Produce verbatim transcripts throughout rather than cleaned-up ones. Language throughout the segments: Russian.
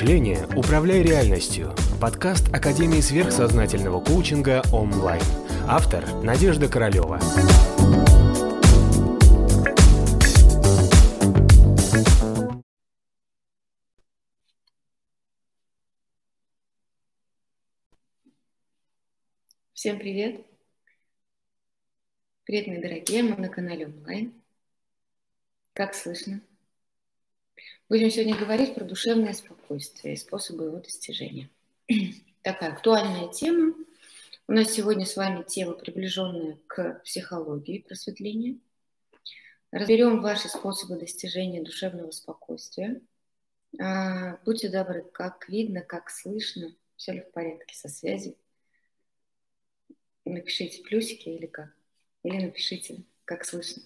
мышления управляй реальностью. Подкаст Академии сверхсознательного коучинга онлайн. Автор Надежда Королева. Всем привет! Привет, мои дорогие, мы на канале онлайн. Как слышно? Будем сегодня говорить про душевное спокойствие и способы его достижения. Такая актуальная тема. У нас сегодня с вами тема, приближенная к психологии просветления. Разберем ваши способы достижения душевного спокойствия. А, будьте добры, как видно, как слышно, все ли в порядке со связью. Напишите плюсики или как. Или напишите, как слышно.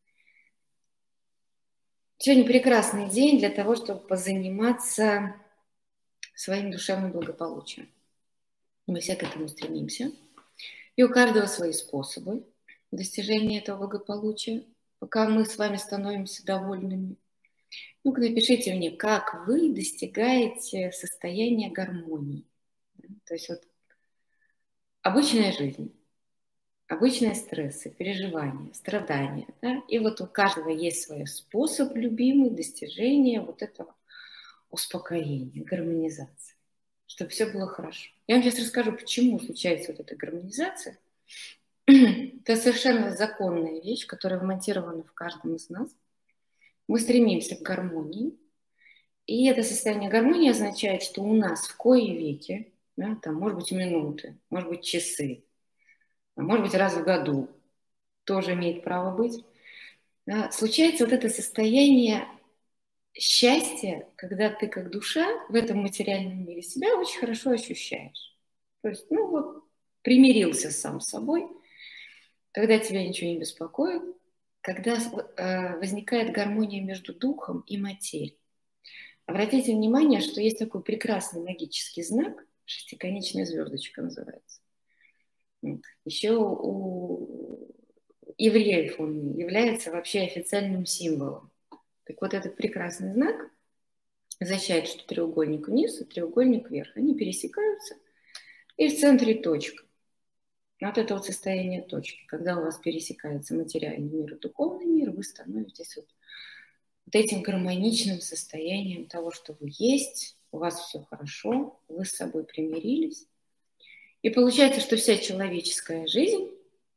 Сегодня прекрасный день для того, чтобы позаниматься своим душевным благополучием. Мы все к этому стремимся. И у каждого свои способы достижения этого благополучия. Пока мы с вами становимся довольными. Ну-ка напишите мне, как вы достигаете состояния гармонии. То есть вот обычная жизнь. Обычные стрессы, переживания, страдания. Да? И вот у каждого есть свой способ любимый достижения вот этого успокоения, гармонизации, чтобы все было хорошо. Я вам сейчас расскажу, почему случается вот эта гармонизация. Это совершенно законная вещь, которая вмонтирована в каждом из нас. Мы стремимся к гармонии. И это состояние гармонии означает, что у нас в кои веки, да, там, может быть, минуты, может быть, часы, может быть, раз в году, тоже имеет право быть. Да, случается вот это состояние счастья, когда ты как душа в этом материальном мире себя очень хорошо ощущаешь. То есть, ну вот, примирился сам с собой, когда тебя ничего не беспокоит, когда э, возникает гармония между духом и материей. Обратите внимание, что есть такой прекрасный магический знак, шестиконечная звездочка называется. Еще у евреев он является вообще официальным символом. Так вот, этот прекрасный знак означает, что треугольник вниз и треугольник вверх. Они пересекаются, и в центре точка. Вот это вот состояние точки. Когда у вас пересекается материальный мир и духовный мир, вы становитесь вот, вот этим гармоничным состоянием того, что вы есть, у вас все хорошо, вы с собой примирились. И получается, что вся человеческая жизнь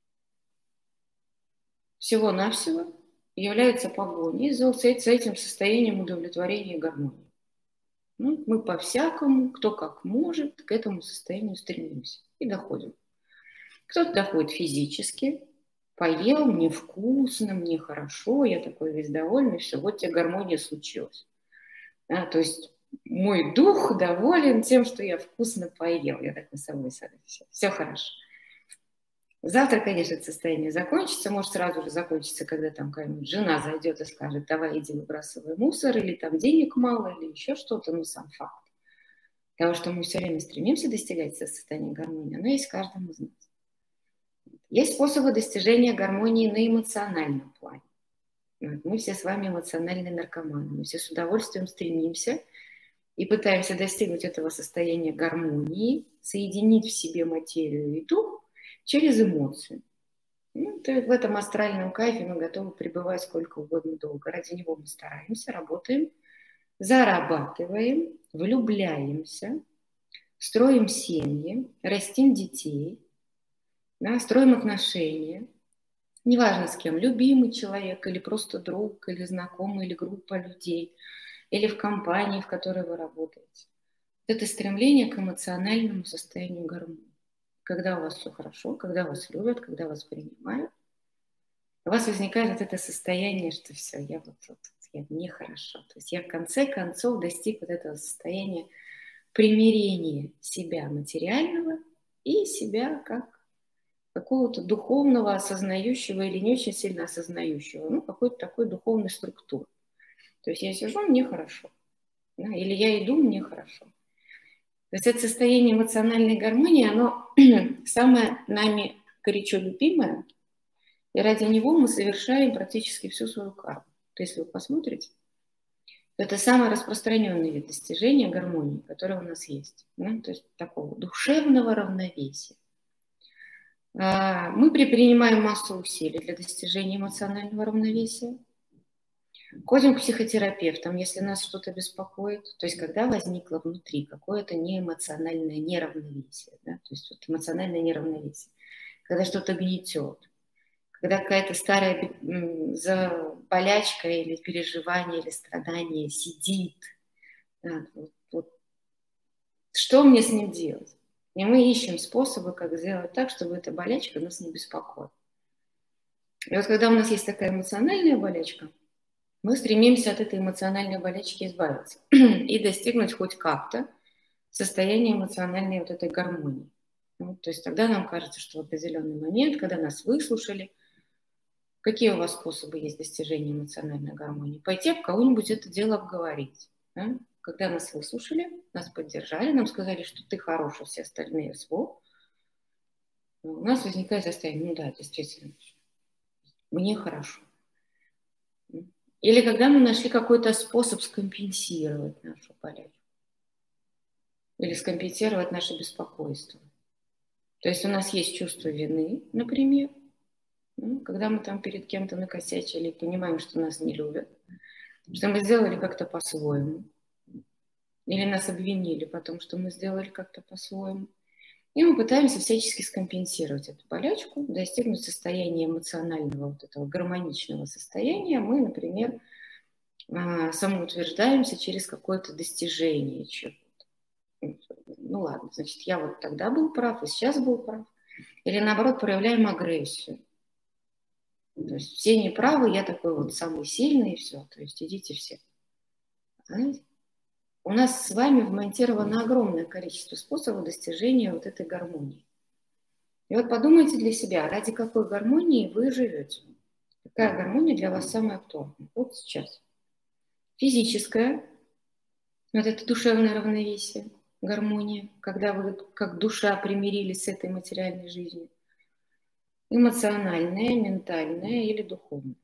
всего-навсего является погоней за, за этим состоянием удовлетворения и гармонии. Ну, мы по-всякому, кто как может, к этому состоянию стремимся и доходим. Кто-то доходит физически, поел, мне вкусно, мне хорошо, я такой весь довольный, все, вот тебе гармония случилась. Да, то есть мой дух доволен тем, что я вкусно поел. Я так на собой все, все хорошо. Завтра, конечно, это состояние закончится. Может, сразу же закончится, когда там какая-нибудь жена зайдет и скажет, давай иди выбрасывай мусор, или там денег мало, или еще что-то. Ну, сам факт того, что мы все время стремимся достигать состояния гармонии, оно есть в каждом из нас. Есть способы достижения гармонии на эмоциональном плане. Мы все с вами эмоциональные наркоманы. Мы все с удовольствием стремимся и пытаемся достигнуть этого состояния гармонии, соединить в себе материю и дух через эмоции. Ну, то есть в этом астральном кайфе мы готовы пребывать сколько угодно долго. Ради него мы стараемся, работаем, зарабатываем, влюбляемся, строим семьи, растим детей, да, строим отношения. Неважно с кем, любимый человек или просто друг, или знакомый, или группа людей, или в компании, в которой вы работаете. Это стремление к эмоциональному состоянию гармонии. Когда у вас все хорошо, когда вас любят, когда вас принимают, у вас возникает вот это состояние, что все, я вот, вот я, мне хорошо. То есть я в конце концов достиг вот этого состояния примирения себя материального и себя как какого-то духовного, осознающего или не очень сильно осознающего, ну, какой-то такой духовной структуры. То есть я сижу, мне хорошо. Да, или я иду, мне хорошо. То есть это состояние эмоциональной гармонии, оно самое нами горячо любимое, и ради него мы совершаем практически всю свою карму. То есть если вы посмотрите, Это самый распространенный вид достижения гармонии, который у нас есть. Да? То есть такого душевного равновесия. Мы предпринимаем массу усилий для достижения эмоционального равновесия. Ходим к психотерапевтам, если нас что-то беспокоит. То есть когда возникло внутри какое-то неэмоциональное неравновесие. Да? То есть вот эмоциональное неравновесие. Когда что-то гнетет. Когда какая-то старая болячка или переживание, или страдание сидит. Да, вот, вот. Что мне с ним делать? И мы ищем способы, как сделать так, чтобы эта болячка нас не беспокоила. И вот когда у нас есть такая эмоциональная болячка, мы стремимся от этой эмоциональной болячки избавиться и достигнуть хоть как-то состояния эмоциональной вот этой гармонии. Ну, то есть тогда нам кажется, что в определенный момент, когда нас выслушали, какие у вас способы есть достижения эмоциональной гармонии? Пойти об кого-нибудь это дело обговорить. Да? Когда нас выслушали, нас поддержали, нам сказали, что ты хороший, все остальные зло, у нас возникает состояние, ну да, действительно, мне хорошо. Или когда мы нашли какой-то способ скомпенсировать нашу болячку. Или скомпенсировать наше беспокойство. То есть у нас есть чувство вины, например, когда мы там перед кем-то накосячили и понимаем, что нас не любят, что мы сделали как-то по-своему. Или нас обвинили потом, что мы сделали как-то по-своему. И мы пытаемся всячески скомпенсировать эту болячку, достигнуть состояния эмоционального, вот этого гармоничного состояния. Мы, например, самоутверждаемся через какое-то достижение чего-то. Ну ладно, значит, я вот тогда был прав, и сейчас был прав. Или наоборот, проявляем агрессию. То есть все неправы, я такой вот самый сильный, и все. То есть идите все. Знаете? У нас с вами вмонтировано огромное количество способов достижения вот этой гармонии. И вот подумайте для себя, ради какой гармонии вы живете. Какая гармония для вас самая актуальная? Вот сейчас. Физическая, вот это душевное равновесие, гармония, когда вы как душа примирились с этой материальной жизнью. Эмоциональная, ментальная или духовная.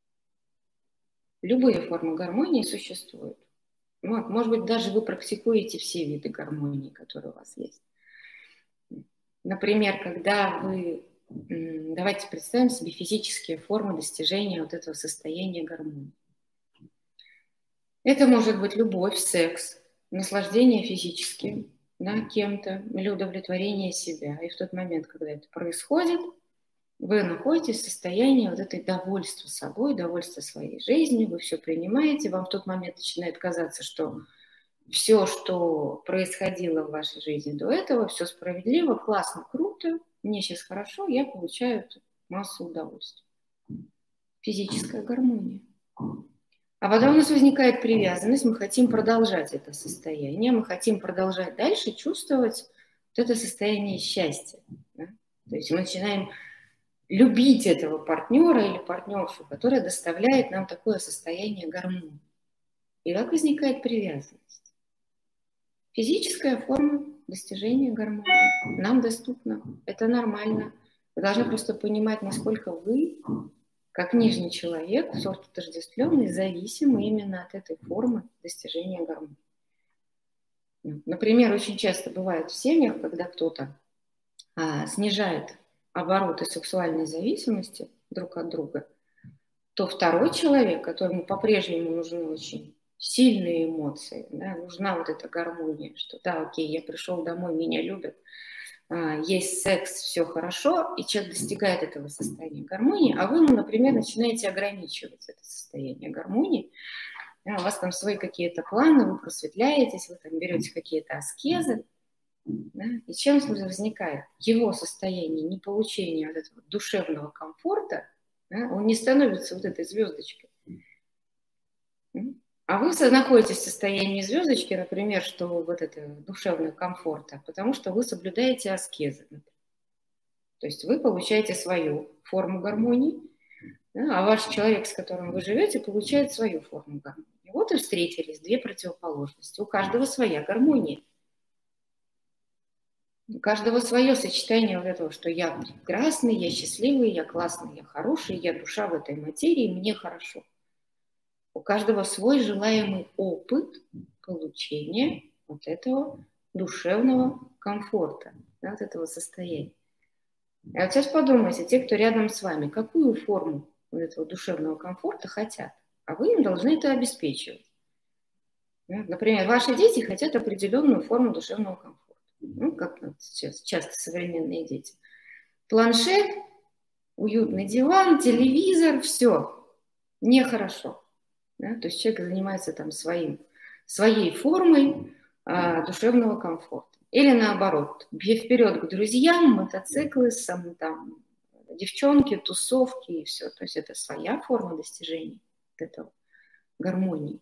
Любые формы гармонии существуют. Вот, может быть, даже вы практикуете все виды гармонии, которые у вас есть. Например, когда вы, давайте представим себе физические формы достижения вот этого состояния гармонии. Это может быть любовь, секс, наслаждение физическим, да, кем-то, или удовлетворение себя. И в тот момент, когда это происходит, вы находитесь в состоянии вот этой довольства собой, довольства своей жизнью, вы все принимаете, вам в тот момент начинает казаться, что все, что происходило в вашей жизни до этого, все справедливо, классно, круто, мне сейчас хорошо, я получаю массу удовольствия. Физическая гармония. А потом у нас возникает привязанность, мы хотим продолжать это состояние, мы хотим продолжать дальше чувствовать вот это состояние счастья. Да? То есть мы начинаем любить этого партнера или партнершу, которая доставляет нам такое состояние гармонии. И как возникает привязанность? Физическая форма достижения гармонии нам доступна. Это нормально. Вы должны просто понимать, насколько вы, как нижний человек, сорт отождествленный, зависимы именно от этой формы достижения гармонии. Например, очень часто бывает в семьях, когда кто-то а, снижает обороты сексуальной зависимости друг от друга, то второй человек, которому по-прежнему нужны очень сильные эмоции, да, нужна вот эта гармония, что да, окей, я пришел домой, меня любят, есть секс, все хорошо, и человек достигает этого состояния гармонии, а вы ему, например, начинаете ограничивать это состояние гармонии, да, у вас там свои какие-то планы, вы просветляетесь, вы там берете какие-то аскезы, да, и чем возникает его состояние неполучения вот этого душевного комфорта, да, он не становится вот этой звездочкой. А вы находитесь в состоянии звездочки, например, что вот это душевного комфорта, потому что вы соблюдаете аскезы. То есть вы получаете свою форму гармонии, да, а ваш человек, с которым вы живете, получает свою форму гармонии. Вот и встретились две противоположности. У каждого своя гармония. У каждого свое сочетание вот этого, что я прекрасный, я счастливый, я классный, я хороший, я душа в этой материи, мне хорошо. У каждого свой желаемый опыт получения вот этого душевного комфорта, да, вот этого состояния. А вот сейчас подумайте, те, кто рядом с вами, какую форму вот этого душевного комфорта хотят, а вы им должны это обеспечивать. Например, ваши дети хотят определенную форму душевного комфорта. Ну, как сейчас часто современные дети. Планшет, уютный диван, телевизор, все. Нехорошо. Да? То есть человек занимается там своим, своей формой а, душевного комфорта. Или наоборот, вперед к друзьям, мотоциклы, сам, там, девчонки, тусовки и все. То есть это своя форма достижения вот этого гармонии.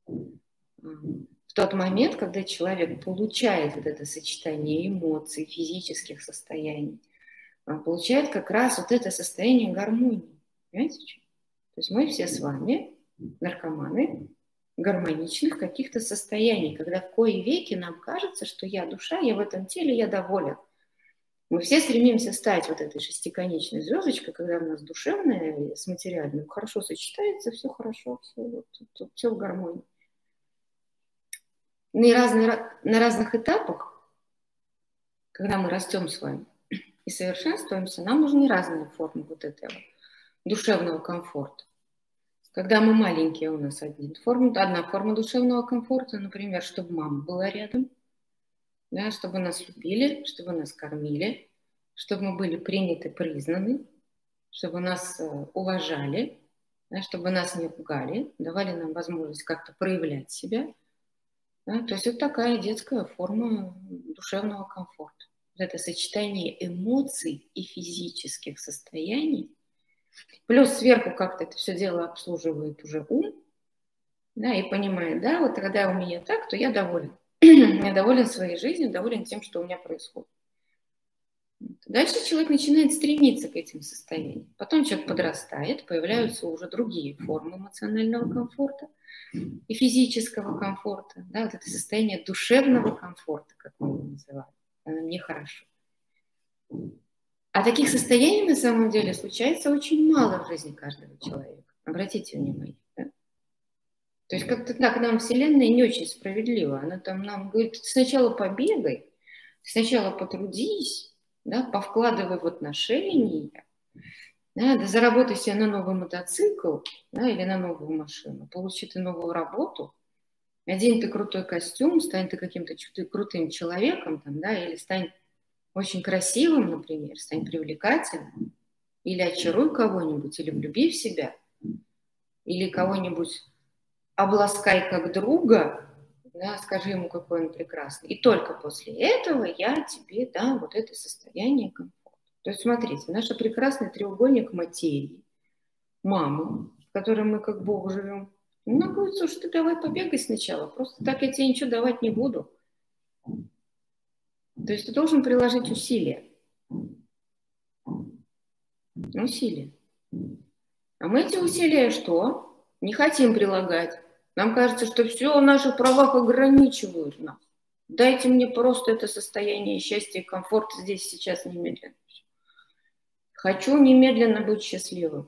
В тот момент, когда человек получает вот это сочетание эмоций, физических состояний, он получает как раз вот это состояние гармонии. Понимаете, что? То есть мы все с вами наркоманы гармоничных каких-то состояний, когда в кои веки нам кажется, что я душа, я в этом теле, я доволен. Мы все стремимся стать вот этой шестиконечной звездочкой, когда у нас душевное с материальным хорошо сочетается, все хорошо, все, вот, тут, все в гармонии. На, разные, на разных этапах, когда мы растем с вами и совершенствуемся, нам нужны разные формы вот этого душевного комфорта. Когда мы маленькие, у нас одни формы, одна форма душевного комфорта, например, чтобы мама была рядом, да, чтобы нас любили, чтобы нас кормили, чтобы мы были приняты, признаны, чтобы нас уважали, да, чтобы нас не пугали, давали нам возможность как-то проявлять себя. Да, то есть вот такая детская форма душевного комфорта. Вот это сочетание эмоций и физических состояний. Плюс сверху как-то это все дело обслуживает уже ум. Да, и понимает, да, вот когда у меня так, то я доволен. Я доволен своей жизнью, доволен тем, что у меня происходит. Дальше человек начинает стремиться к этим состояниям. Потом человек подрастает, появляются уже другие формы эмоционального комфорта и физического комфорта. Да, вот это состояние душевного комфорта, как мы его называем. Оно мне хорошо. А таких состояний на самом деле случается очень мало в жизни каждого человека. Обратите внимание. Да? То есть как-то так нам Вселенная не очень справедлива. Она там нам говорит, сначала побегай, сначала потрудись, да, повкладывай в отношения, да, да, заработай себе на новый мотоцикл, да, или на новую машину, получи ты новую работу, одень ты крутой костюм, стань ты каким-то крутым человеком, там, да, или стань очень красивым, например, стань привлекательным, или очаруй кого-нибудь, или влюби в себя, или кого-нибудь обласкай как друга, да, скажи ему, какой он прекрасный. И только после этого я тебе дам вот это состояние комфорта. То есть, смотрите, наш прекрасный треугольник материи, мамы, в которой мы как Бог живем, она говорит, слушай, ты давай побегай сначала, просто так я тебе ничего давать не буду. То есть ты должен приложить усилия. Усилия. А мы эти усилия что? Не хотим прилагать. Нам кажется, что все в наших правах ограничивают нас. Дайте мне просто это состояние счастья и комфорта здесь, сейчас, немедленно. Хочу немедленно быть счастливым.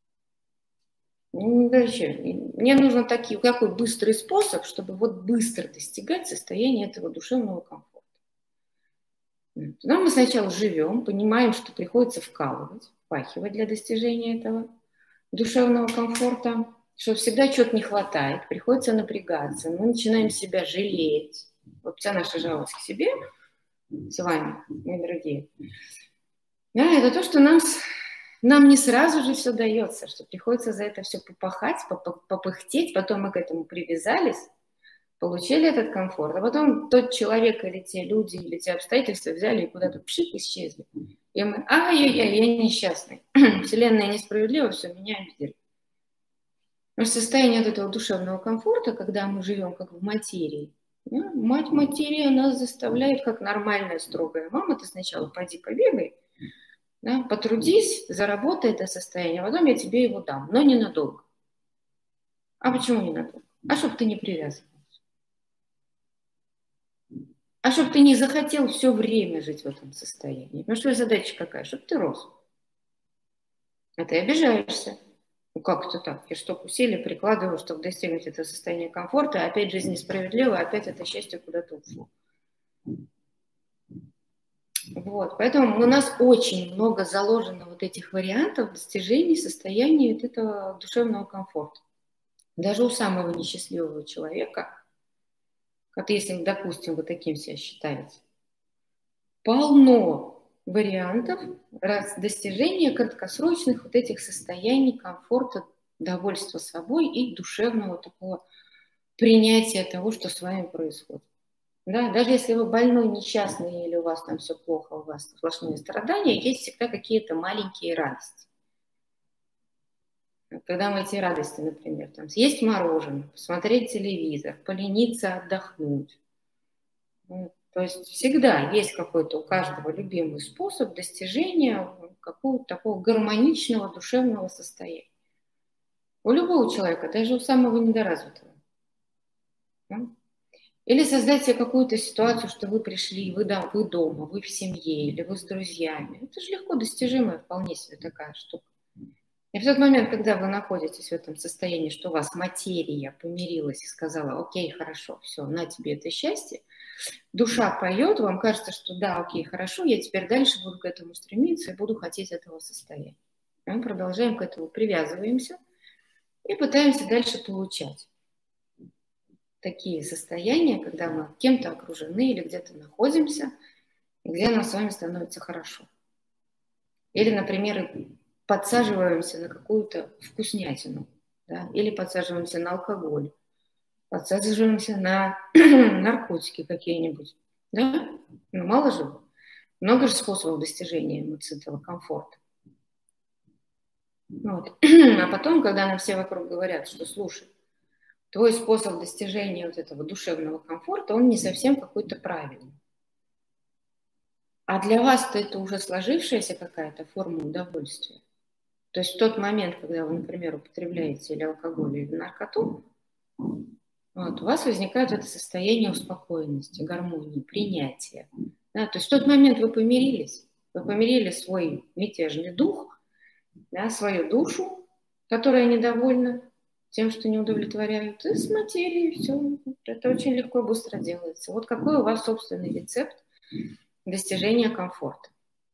Дальше. Мне нужен такой, какой быстрый способ, чтобы вот быстро достигать состояния этого душевного комфорта. Но мы сначала живем, понимаем, что приходится вкалывать, впахивать для достижения этого душевного комфорта, что всегда чего-то не хватает, приходится напрягаться, мы начинаем себя жалеть. Вот вся наша жалость к себе, с вами, мои дорогие, да, это то, что нам, нам не сразу же все дается, что приходится за это все попахать, попыхтеть, потом мы к этому привязались, получили этот комфорт, а потом тот человек или те люди, или те обстоятельства взяли и куда-то пшик, исчезли. И мы, ай-яй-яй, я несчастный, Вселенная несправедлива, все, меня обидели. Но состояние от этого душевного комфорта, когда мы живем как в материи, да, мать материи нас заставляет, как нормальная строгая мама, ты сначала пойди побегай, да, потрудись, заработай это состояние, а потом я тебе его дам, но ненадолго. А почему ненадолго? А чтобы ты не привязывался. А чтобы ты не захотел все время жить в этом состоянии. Ну что задача какая? Чтобы ты рос. А ты обижаешься. Ну как это так? Я столько усилий прикладываю, чтобы достигнуть этого состояния комфорта, а опять жизнь несправедлива, опять это счастье куда-то ушло. Вот, поэтому у нас очень много заложено вот этих вариантов достижений состояния вот этого душевного комфорта. Даже у самого несчастливого человека, как если, допустим, вы таким себя считаете, полно вариантов достижения краткосрочных вот этих состояний комфорта, довольства собой и душевного такого принятия того, что с вами происходит. Да, даже если вы больной, несчастный, или у вас там все плохо, у вас сплошные страдания, есть всегда какие-то маленькие радости. Когда мы эти радости, например, там, съесть мороженое, посмотреть телевизор, полениться, отдохнуть. То есть всегда есть какой-то у каждого любимый способ достижения какого-то такого гармоничного душевного состояния. У любого человека, даже у самого недоразвитого. Или создать себе какую-то ситуацию, что вы пришли, вы, да, вы дома, вы в семье, или вы с друзьями. Это же легко достижимая вполне себе такая штука. И в тот момент, когда вы находитесь в этом состоянии, что у вас материя помирилась и сказала: окей, хорошо, все, на тебе это счастье, душа поет, вам кажется, что да, окей, хорошо, я теперь дальше буду к этому стремиться и буду хотеть этого состояния. И мы продолжаем к этому, привязываемся и пытаемся дальше получать такие состояния, когда мы кем-то окружены или где-то находимся, где нам с вами становится хорошо. Или, например, подсаживаемся на какую-то вкуснятину, да? Или подсаживаемся на алкоголь, подсаживаемся на наркотики какие-нибудь. Да? Ну, мало же. Много же способов достижения эмоционального комфорта. Вот. А потом, когда нам все вокруг говорят, что слушай, твой способ достижения вот этого душевного комфорта, он не совсем какой-то правильный. А для вас-то это уже сложившаяся какая-то форма удовольствия. То есть в тот момент, когда вы, например, употребляете или алкоголь, или наркоту, вот, у вас возникает это состояние успокоенности, гармонии, принятия. Да? То есть в тот момент вы помирились. Вы помирили свой мятежный дух, да, свою душу, которая недовольна тем, что не удовлетворяют, и с материей все. Это очень легко и быстро делается. Вот какой у вас собственный рецепт достижения комфорта.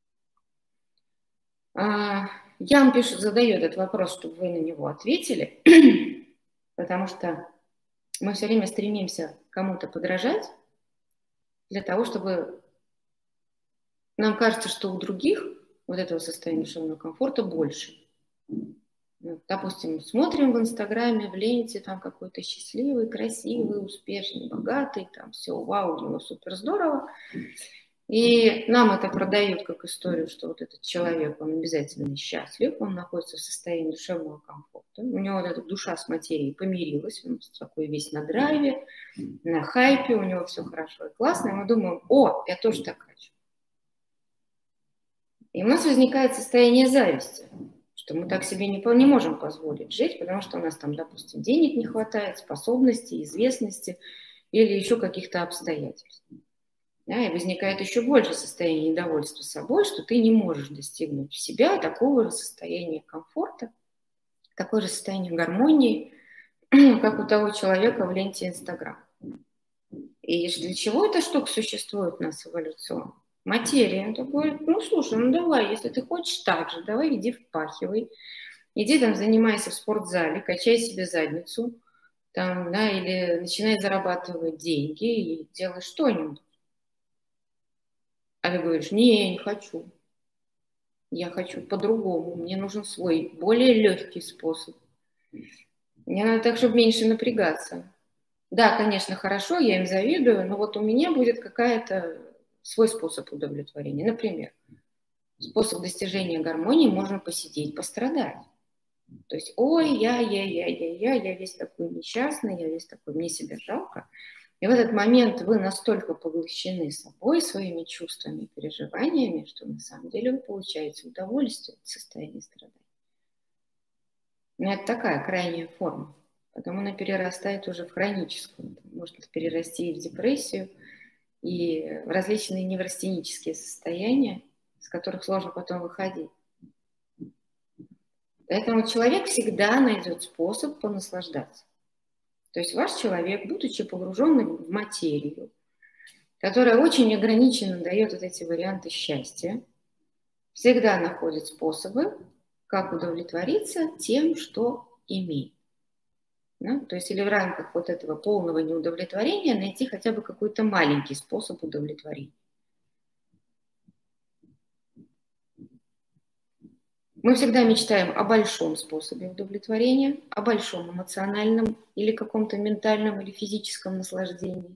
Я вам пишу, задаю этот вопрос, чтобы вы на него ответили, потому что мы все время стремимся кому-то подражать для того, чтобы нам кажется, что у других вот этого состояния душевного комфорта больше. Допустим, смотрим в Инстаграме, в ленте, там какой-то счастливый, красивый, успешный, богатый, там все, вау, у него супер здорово. И нам это продают как историю, что вот этот человек, он обязательно счастлив, он находится в состоянии душевного комфорта. У него вот эта душа с материей помирилась, он такой весь на драйве, на хайпе, у него все хорошо и классно. И мы думаем: о, я тоже так хочу. И у нас возникает состояние зависти, что мы так себе не, не можем позволить жить, потому что у нас там, допустим, денег не хватает, способностей, известности или еще каких-то обстоятельств. Да, и возникает еще больше состояние недовольства собой, что ты не можешь достигнуть в себя такого же состояния комфорта, такое же состояние гармонии, как у того человека в ленте Инстаграм. И для чего эта штука существует у нас эволюционно? Материя. Он такой: ну слушай, ну давай, если ты хочешь так же, давай иди впахивай, иди там занимайся в спортзале, качай себе задницу, там, да, или начинай зарабатывать деньги и делай что-нибудь. А ты говоришь: не, я не хочу. Я хочу по-другому. Мне нужен свой, более легкий способ. Мне надо так, чтобы меньше напрягаться. Да, конечно, хорошо, я им завидую, но вот у меня будет какая-то свой способ удовлетворения. Например, способ достижения гармонии: можно посидеть, пострадать. То есть: ой, я, я, я, я, я, я весь такой несчастный, я весь такой, мне себя жалко. И в этот момент вы настолько поглощены собой, своими чувствами и переживаниями, что на самом деле вы получаете удовольствие от состояния страдания. Но это такая крайняя форма. Потом она перерастает уже в хроническую. Может перерасти и в депрессию, и в различные неврастенические состояния, с которых сложно потом выходить. Поэтому человек всегда найдет способ понаслаждаться. То есть ваш человек, будучи погруженным в материю, которая очень ограниченно дает вот эти варианты счастья, всегда находит способы, как удовлетвориться тем, что имеет. Да? То есть или в рамках вот этого полного неудовлетворения найти хотя бы какой-то маленький способ удовлетворения. Мы всегда мечтаем о большом способе удовлетворения, о большом эмоциональном или каком-то ментальном или физическом наслаждении.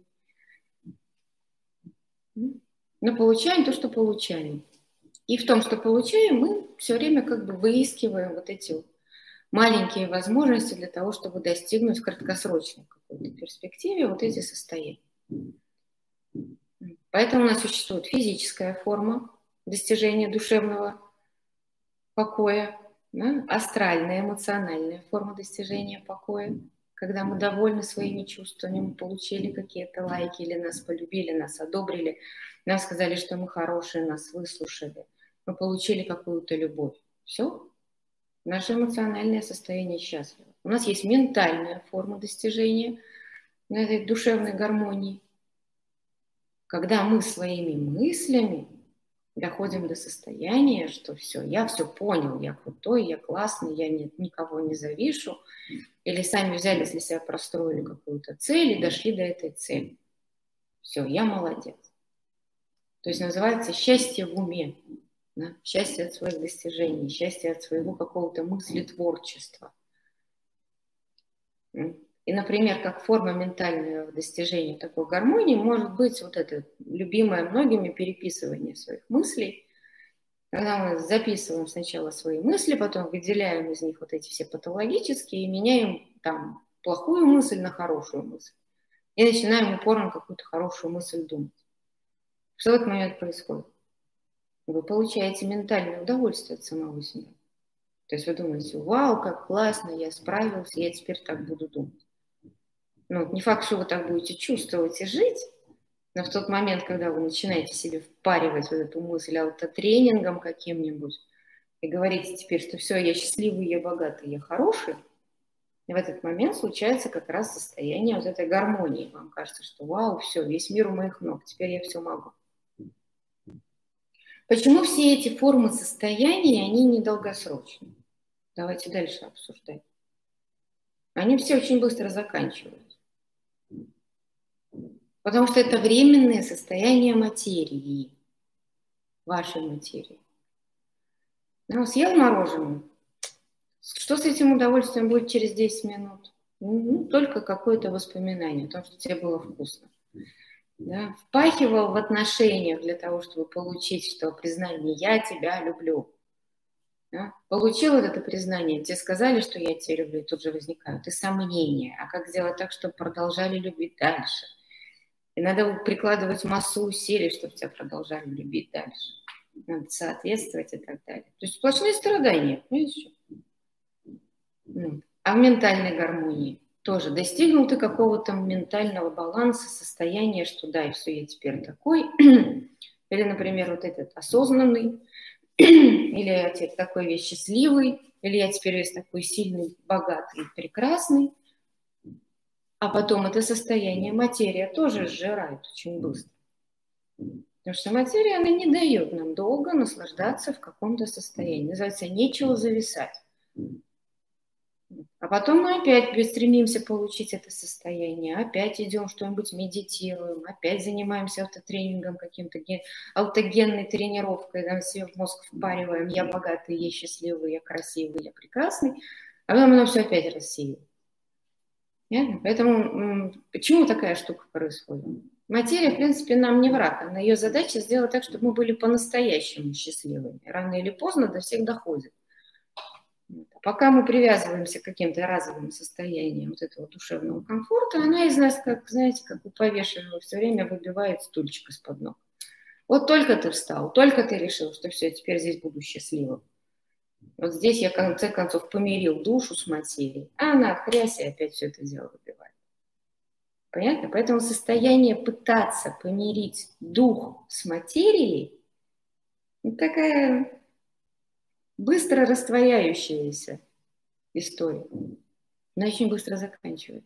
Но получаем то, что получаем. И в том, что получаем, мы все время как бы выискиваем вот эти вот маленькие возможности для того, чтобы достигнуть в краткосрочной какой-то перспективе вот эти состояния. Поэтому у нас существует физическая форма достижения душевного покоя, да? Астральная, эмоциональная форма достижения покоя, когда мы довольны своими чувствами, мы получили какие-то лайки, или нас полюбили, нас одобрили, нам сказали, что мы хорошие, нас выслушали, мы получили какую-то любовь. Все, наше эмоциональное состояние счастливо. У нас есть ментальная форма достижения этой душевной гармонии, когда мы своими мыслями доходим до состояния, что все, я все понял, я крутой, я классный, я ни, никого не завишу, или сами взяли для себя, простроили какую-то цель и дошли до этой цели. Все, я молодец. То есть называется счастье в уме, да? Счастье от своих достижений, счастье от своего какого-то мыслетворчества. И, например, как форма ментального достижения такой гармонии может быть вот это любимое многими переписывание своих мыслей, когда мы записываем сначала свои мысли, потом выделяем из них вот эти все патологические и меняем там плохую мысль на хорошую мысль. И начинаем упорно какую-то хорошую мысль думать. Что в этот момент происходит? Вы получаете ментальное удовольствие от самого себя. То есть вы думаете, вау, как классно, я справился, я теперь так буду думать. Ну, не факт, что вы так будете чувствовать и жить, но в тот момент, когда вы начинаете себе впаривать вот эту мысль аутотренингом каким-нибудь и говорите теперь, что все, я счастливый, я богатый, я хороший, и в этот момент случается как раз состояние вот этой гармонии. Вам кажется, что вау, все, весь мир у моих ног, теперь я все могу. Почему все эти формы состояния, они недолгосрочны? Давайте дальше обсуждать. Они все очень быстро заканчиваются. Потому что это временное состояние материи, вашей материи. Ну, съел мороженое. Что с этим удовольствием будет через десять минут? Ну, только какое-то воспоминание о том, что тебе было вкусно. Да? Впахивал в отношениях для того, чтобы получить что признание «я тебя люблю». Да? Получил вот это признание, тебе сказали, что я тебя люблю, и тут же возникают и сомнения. А как сделать так, чтобы продолжали любить дальше? И надо прикладывать массу усилий, чтобы тебя продолжали любить дальше. Надо соответствовать и так далее. То есть сплошные страдания, понимаете? А в ментальной гармонии тоже достигнул ты какого-то ментального баланса, состояния, что да, и все, я теперь такой. Или, например, вот этот осознанный, или я теперь такой весь счастливый, или я теперь весь такой сильный, богатый, прекрасный. А потом это состояние материя тоже сжирает очень быстро. Потому что материя, она не дает нам долго наслаждаться в каком-то состоянии. Называется, нечего зависать. А потом мы опять стремимся получить это состояние, опять идем что-нибудь медитируем, опять занимаемся автотренингом каким-то, аутогенной тренировкой, там себе в мозг впариваем, я богатый, я счастливый, я красивый, я прекрасный, а потом оно все опять рассеивает. Понятно? Поэтому почему такая штука происходит? Материя, в принципе, нам не враг, она, ее задача сделать так, чтобы мы были по-настоящему счастливыми. Рано или поздно до всех доходит. Пока мы привязываемся к каким-то разовым состояниям вот этого душевного комфорта, она из нас, как, знаете, как у повешенного, все время выбивает стульчик из-под ног. Вот только ты встал, только ты решил, что все, теперь здесь буду счастливым. Вот здесь я, в конце концов, помирил душу с материей, а она хрясь и опять все это дело выбивает. Понятно? Поэтому состояние пытаться помирить дух с материей, ну, такая быстро растворяющаяся история, но очень быстро заканчивается.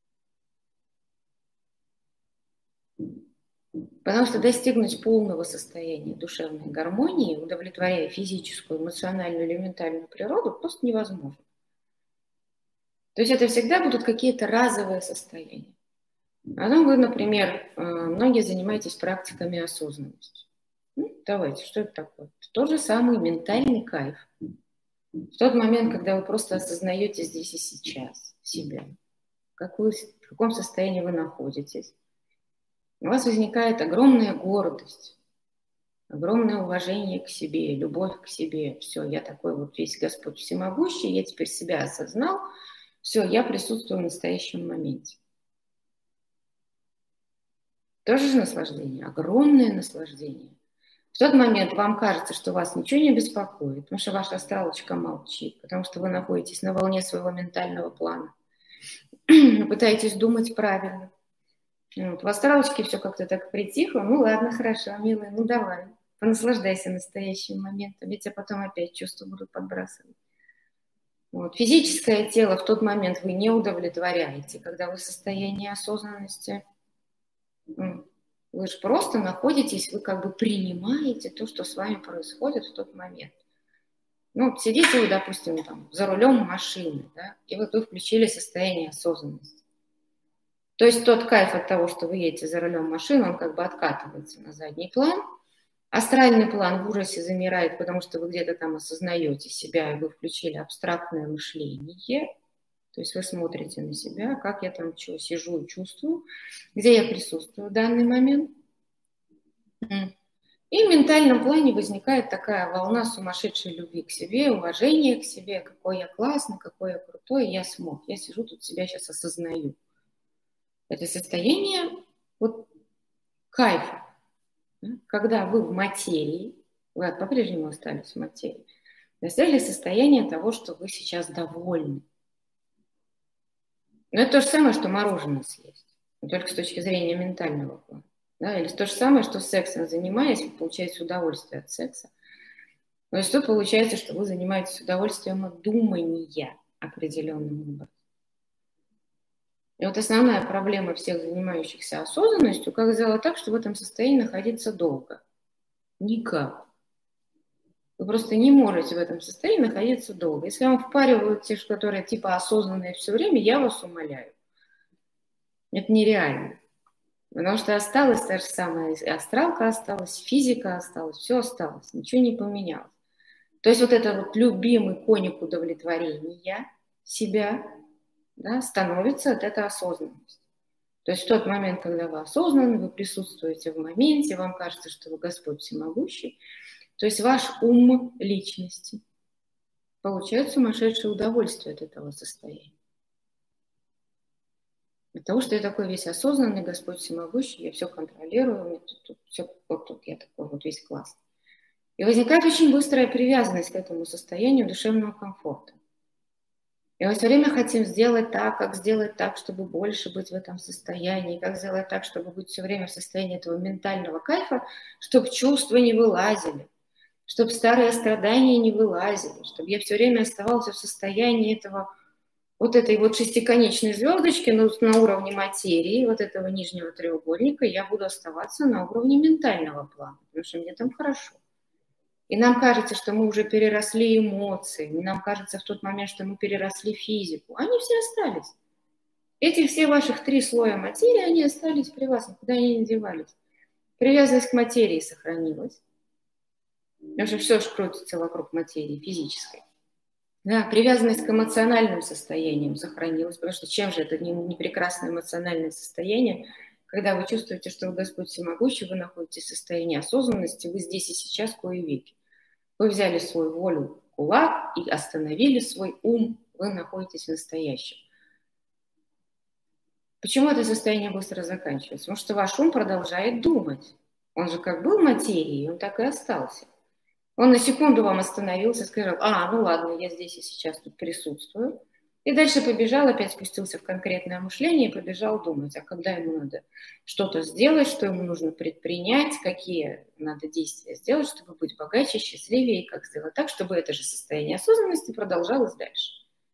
Потому что достигнуть полного состояния душевной гармонии, удовлетворяя физическую, эмоциональную или ментальную природу, просто невозможно. То есть это всегда будут какие-то разовые состояния. Потом вы, например, многие занимаетесь практиками осознанности. Ну, давайте, что это такое? Это тот же самый ментальный кайф. В тот момент, когда вы просто осознаете здесь и сейчас себя, в, какую, в каком состоянии вы находитесь, у вас возникает огромная гордость, огромное уважение к себе, любовь к себе. Все, я такой вот весь Господь всемогущий, я теперь себя осознал, все, я присутствую в настоящем моменте. Тоже же наслаждение, огромное наслаждение. В тот момент вам кажется, что вас ничего не беспокоит, потому что ваша астралочка молчит, потому что вы находитесь на волне своего ментального плана. Вы пытаетесь думать правильно. Вот, в астралочке все как-то так притихло. Ну ладно, хорошо, милый, ну давай, понаслаждайся настоящим моментом, ведь а потом опять чувства будут подбрасывать. Вот. Физическое тело в тот момент вы не удовлетворяете, когда вы в состоянии осознанности. Вы же просто находитесь, вы как бы принимаете то, что с вами происходит в тот момент. Ну, сидите вы, допустим, там, за рулем машины, да, и вот вы включили состояние осознанности. То есть тот кайф от того, что вы едете за рулем машины, он как бы откатывается на задний план. Астральный план в ужасе замирает, потому что вы где-то там осознаете себя, и вы включили абстрактное мышление. То есть вы смотрите на себя, как я там что, сижу и чувствую, где я присутствую в данный момент. И в ментальном плане возникает такая волна сумасшедшей любви к себе, уважения к себе, какой я классный, какой я крутой, я смог. Я сижу тут, себя сейчас осознаю. Это состояние вот кайфа, когда вы в материи, вы по-прежнему остались в материи, достигли состояние того, что вы сейчас довольны. Но это то же самое, что мороженое съесть, но только с точки зрения ментального плана. Да? Или то же самое, что сексом занимаясь, вы получаете удовольствие от секса. Но что получается, что вы занимаетесь удовольствием от думания определенным образом. И вот основная проблема всех занимающихся осознанностью, как сделать так, чтобы в этом состоянии находиться долго. Никак. Вы просто не можете в этом состоянии находиться долго. Если вам впаривают те, которые типа осознанные все время, я вас умоляю. Это нереально. Потому что осталась та же самая астралка, осталась физика, осталась, все осталось, ничего не поменялось. То есть вот это вот любимый коник удовлетворения себя, да, становится от этой осознанности. То есть в тот момент, когда вы осознаны, вы присутствуете в моменте, вам кажется, что вы Господь всемогущий, то есть ваш ум личности получает сумасшедшее удовольствие от этого состояния. От того, что я такой весь осознанный, Господь всемогущий, я все контролирую, тут, тут, все, вот тут я такой вот весь классный. И возникает очень быстрая привязанность к этому состоянию душевного комфорта. И мы все время хотим сделать так, как сделать так, чтобы больше быть в этом состоянии, как сделать так, чтобы быть все время в состоянии этого ментального кайфа, чтобы чувства не вылазили, чтобы старые страдания не вылазили, чтобы я все время оставался в состоянии этого, вот этой вот шестиконечной звездочки но на уровне материи, вот этого нижнего треугольника, я буду оставаться на уровне ментального плана, потому что мне там хорошо. И нам кажется, что мы уже переросли эмоции, и нам кажется в тот момент, что мы переросли физику. Они все остались. Эти все ваших три слоя материи, они остались при вас, никуда они не девались. Привязанность к материи сохранилась. Потому что все же крутится вокруг материи физической. Да, привязанность к эмоциональным состояниям сохранилась, потому что чем же это не, не прекрасное эмоциональное состояние, когда вы чувствуете, что вы Господь всемогущий, вы находитесь в состоянии осознанности, вы здесь и сейчас кое веки. Вы взяли свою волю в кулак и остановили свой ум, вы находитесь в настоящем. Почему это состояние быстро заканчивается? Потому что ваш ум продолжает думать. Он же как был материей, он так и остался. Он на секунду вам остановился, сказал, а, ну ладно, я здесь и сейчас тут присутствую. И дальше побежал, опять спустился в конкретное мышление и побежал думать, а когда ему надо что-то сделать, что ему нужно предпринять, какие надо действия сделать, чтобы быть богаче, счастливее, и как сделать так, чтобы это же состояние осознанности продолжалось дальше.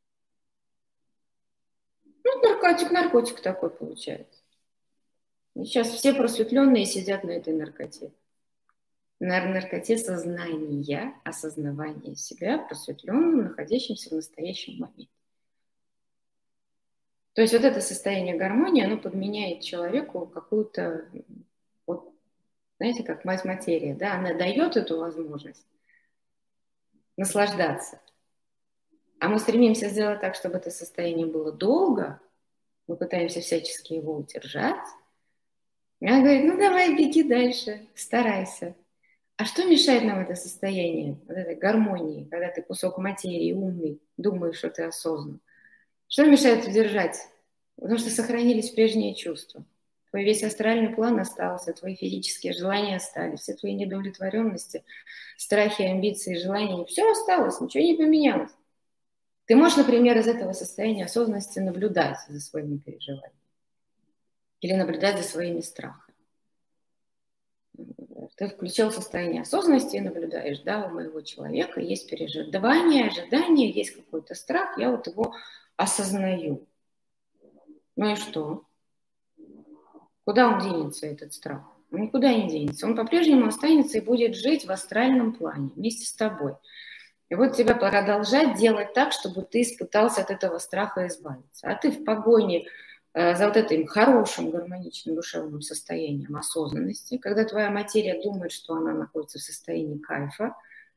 Ну, наркотик, наркотик такой получается. И сейчас все просветленные сидят на этой наркоте. На наркоте сознания, осознавания себя просветленным, находящимся в настоящем моменте. То есть вот это состояние гармонии, оно подменяет человеку какую-то, вот, знаете, как мать-материя, да, она дает эту возможность наслаждаться. А мы стремимся сделать так, чтобы это состояние было долго, мы пытаемся всячески его удержать. И она говорит, ну давай, беги дальше, старайся. А что мешает нам это состояние, вот этой гармонии, когда ты кусок материи, умный, думаешь, что ты осознан? Что мешает удержать? Потому что сохранились прежние чувства. Твой весь астральный план остался, твои физические желания остались, все твои недовлетворенности, страхи, амбиции, желания. Все осталось, ничего не поменялось. Ты можешь, например, из этого состояния осознанности наблюдать за своими переживаниями или наблюдать за своими страхами. Ты включил состояние осознанности и наблюдаешь, да, у моего человека есть переживания, ожидания, есть какой-то страх, я вот его осознаю. Ну и что? Куда он денется, этот страх? Он никуда не денется. Он по-прежнему останется и будет жить в астральном плане вместе с тобой. И вот тебе продолжать делать так, чтобы ты испытался от этого страха избавиться. А ты в погоне э, за вот этим хорошим, гармоничным душевным состоянием осознанности, когда твоя материя думает, что она находится в состоянии кайфа,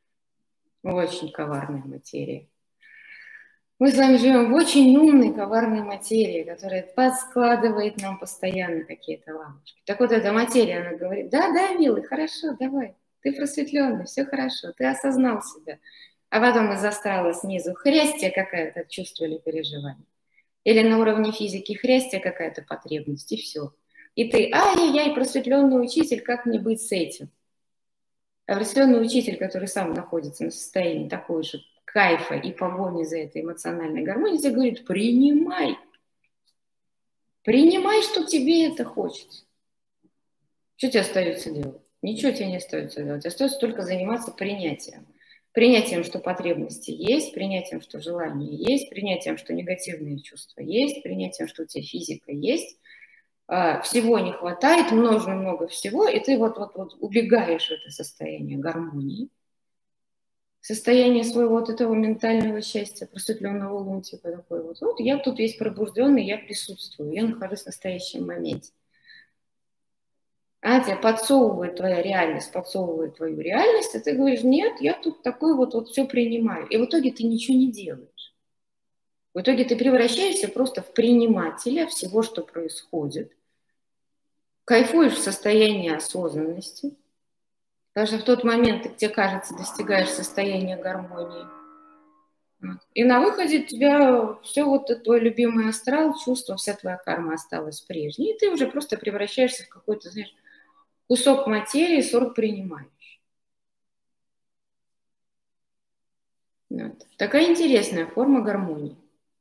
очень коварная материя. Мы с вами живем в очень умной, коварной материи, которая подскладывает нам постоянно какие-то лампочки. Так вот, эта материя, она говорит, да, да, милый, хорошо, давай, ты просветленный, все хорошо, ты осознал себя. А потом из астрала снизу хрястья какая-то чувство или переживание. Или на уровне физики хрястья какая-то потребность, и все. И ты, ай-яй-яй, просветленный учитель, как мне быть с этим? А просветленный учитель, который сам находится на состоянии такой же кайфа и погони за этой эмоциональной гармонией, тебе говорит, принимай. Принимай, что тебе это хочется. Что тебе остается делать? Ничего тебе не остается делать. Остается только заниматься принятием. Принятием, что потребности есть, принятием, что желания есть, принятием, что негативные чувства есть, принятием, что у тебя физика есть. Всего не хватает, много-много всего, и ты вот-вот убегаешь в это состояние гармонии, состояние своего вот этого ментального счастья, просветленного лунтика такой вот. Вот я тут весь пробужденный, я присутствую, я нахожусь в настоящем моменте. А тебе подсовывает твоя реальность, подсовывает твою реальность, и ты говоришь, нет, я тут такой вот, вот все принимаю. И в итоге ты ничего не делаешь. В итоге ты превращаешься просто в принимателя всего, что происходит. Кайфуешь в состоянии осознанности. Даже в тот момент ты, тебе кажется, достигаешь состояния гармонии. И на выходе у тебя все вот твой любимый астрал, чувство, вся твоя карма осталась прежней. И ты уже просто превращаешься в какой-то, знаешь, кусок материи, сорок принимающий. Вот. Такая интересная форма гармонии.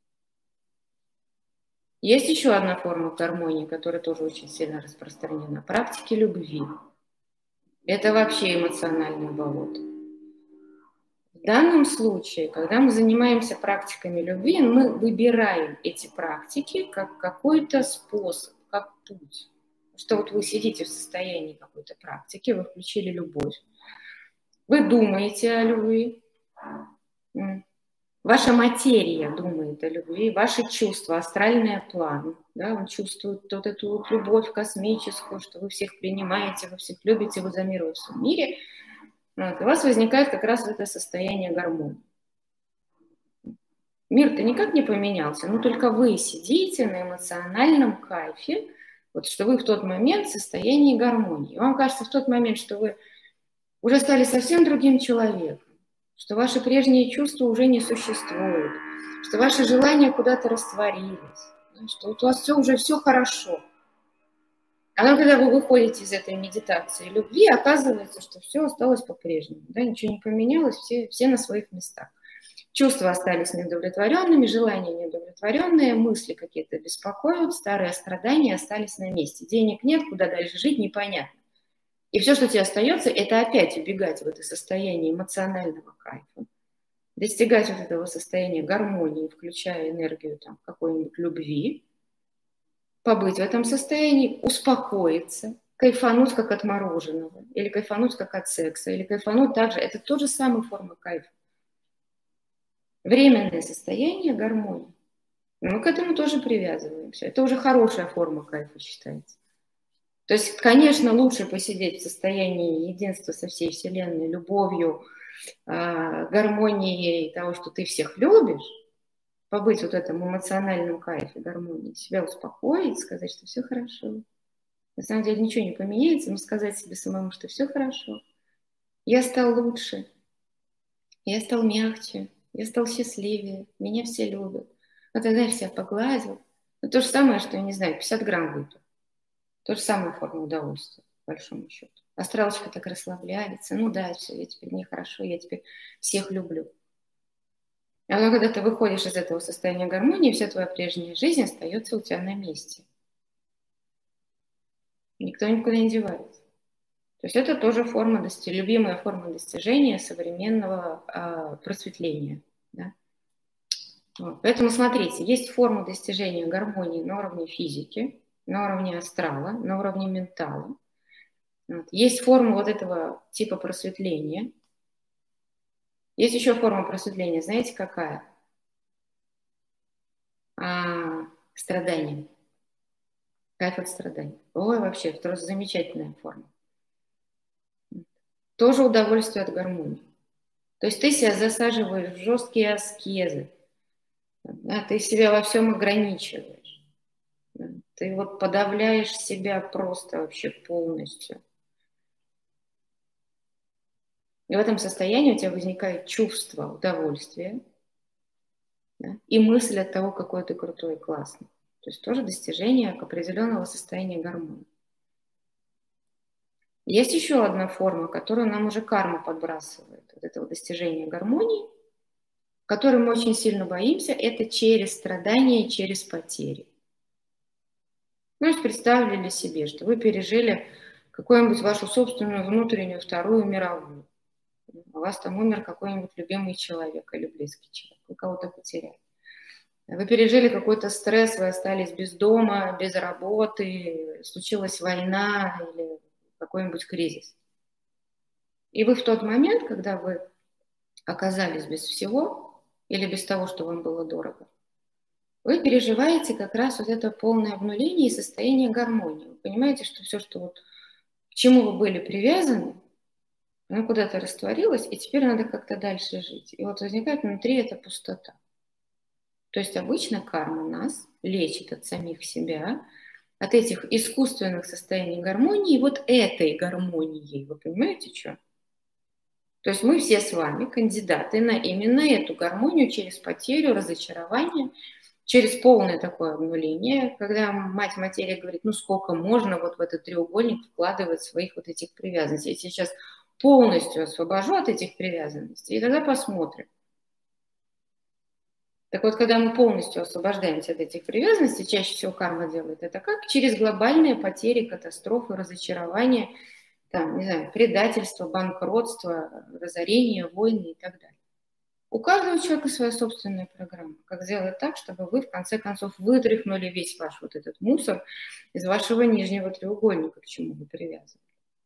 Есть еще одна форма гармонии, которая тоже очень сильно распространена. Практики любви. Это вообще эмоциональное болото. В данном случае, когда мы занимаемся практиками любви, мы выбираем эти практики как какой-то способ, как путь. Что вот вы сидите в состоянии какой-то практики, вы включили любовь, вы думаете о любви, ваша материя думает о любви, ваши чувства, астральный план, да, он чувствует вот эту вот любовь космическую, что вы всех принимаете, вы всех любите, вы за мир во всем мире. Вот, у вас возникает как раз это состояние гармонии. Мир-то никак не поменялся, но только вы сидите на эмоциональном кайфе, вот что вы в тот момент в состоянии гармонии. Вам кажется в тот момент, что вы уже стали совсем другим человеком, что ваши прежние чувства уже не существуют, что ваши желания куда-то растворились, что вот у вас все уже все хорошо. А потом, когда вы выходите из этой медитации любви, оказывается, что все осталось по-прежнему, да, ничего не поменялось, все, все на своих местах. Чувства остались неудовлетворенными, желания неудовлетворенные, мысли какие-то беспокоят, старые страдания остались на месте. Денег нет, куда дальше жить, непонятно. И все, что тебе остается, это опять убегать в это состояние эмоционального кайфа, достигать вот этого состояния гармонии, включая энергию там, какой-нибудь любви, побыть в этом состоянии, успокоиться, кайфануть как от мороженого, или кайфануть как от секса, или кайфануть также. Это тот же самый форма кайфа. Временное состояние гармонии. Мы к этому тоже привязываемся. Это уже хорошая форма кайфа считается. То есть, конечно, лучше посидеть в состоянии единства со всей Вселенной, любовью, гармонией того, что ты всех любишь, побыть вот в этом эмоциональном кайфе, гармонии, себя успокоить, сказать, что все хорошо. На самом деле ничего не поменяется, но сказать себе самому, что все хорошо. Я стал лучше, я стал мягче, я стал счастливее, меня все любят. А тогда я себя погладил. Ну, то же самое, что, я не знаю, пятьдесят грамм выпил. То же самое форма удовольствия, по большому счету. Астралочка так расслабляется. Ну да, все, я теперь мне хорошо, я теперь всех люблю. А потом, когда ты выходишь из этого состояния гармонии, вся твоя прежняя жизнь остается у тебя на месте. Никто никуда не девается. То есть это тоже форма, любимая форма достижения современного э, просветления. Да? Вот. Поэтому смотрите, есть форма достижения гармонии на уровне физики, на уровне астрала, на уровне ментала. Вот. Есть форма вот этого типа просветления. Есть еще форма просветления, знаете, какая? А, страдание. Кайф от страданий. Ой, вообще, это просто замечательная форма. Тоже удовольствие от гармонии. То есть ты себя засаживаешь в жесткие аскезы. Да, ты себя во всем ограничиваешь. Да, ты вот подавляешь себя просто вообще полностью. И в этом состоянии у тебя возникает чувство удовольствия, да, и мысль от того, какой ты крутой и классный. То есть тоже достижение определенного состояния гармонии. Есть еще одна форма, которую нам уже карма подбрасывает, вот этого достижения гармонии, которой мы очень сильно боимся, это через страдания, через потери. Ну, то есть представили себе, что вы пережили какую-нибудь вашу собственную внутреннюю Вторую мировую. У вас там умер какой-нибудь любимый человек или близкий человек, вы кого-то потеряли. Вы пережили какой-то стресс, вы остались без дома, без работы, случилась война или какой-нибудь кризис. И вы в тот момент, когда вы оказались без всего или без того, что вам было дорого, вы переживаете как раз вот это полное обнуление и состояние гармонии. Вы понимаете, что все, что вот, к чему вы были привязаны, оно куда-то растворилось, и теперь надо как-то дальше жить. И вот возникает внутри эта пустота. То есть обычно карма нас лечит от самих себя, от этих искусственных состояний гармонии, вот этой гармонией. Вы понимаете, что? То есть мы все с вами кандидаты на именно эту гармонию через потерю, разочарование, через полное такое обнуление, когда мать материя говорит, ну сколько можно вот в этот треугольник вкладывать своих вот этих привязанностей. Я сейчас полностью освобожу от этих привязанностей, и тогда посмотрим. Так вот, когда мы полностью освобождаемся от этих привязанностей, чаще всего карма делает это как? Через глобальные потери, катастрофы, разочарования, там, не знаю, предательство, банкротство, разорение, войны и так далее. У каждого человека своя собственная программа. Как сделать так, чтобы вы, в конце концов, вытряхнули весь ваш вот этот мусор из вашего нижнего треугольника, к чему вы привязаны.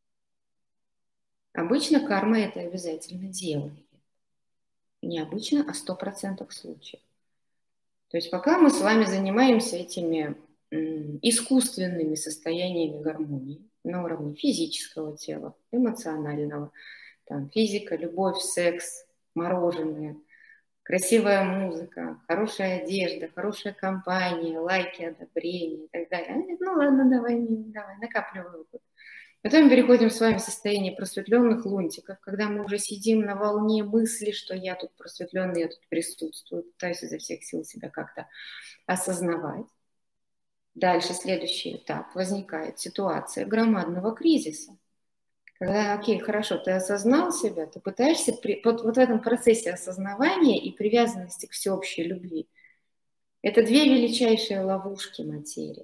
Обычно карма это обязательно делает. Не обычно, а сто процентов случаев. То есть пока мы с вами занимаемся этими искусственными состояниями гармонии на уровне физического тела, эмоционального, там, физика, любовь, секс, мороженое, красивая музыка, хорошая одежда, хорошая компания, лайки, одобрения и так далее. Ну ладно, давай, давай, накапливаю опыт. Потом мы переходим с вами в состояние просветленных лунтиков, когда мы уже сидим на волне мысли, что я тут просветленный, я тут присутствую, пытаюсь изо всех сил себя как-то осознавать. Дальше следующий этап. Возникает ситуация громадного кризиса, Когда, окей, хорошо, ты осознал себя, ты пытаешься, при... вот, вот в этом процессе осознавания и привязанности к всеобщей любви, это две величайшие ловушки материи.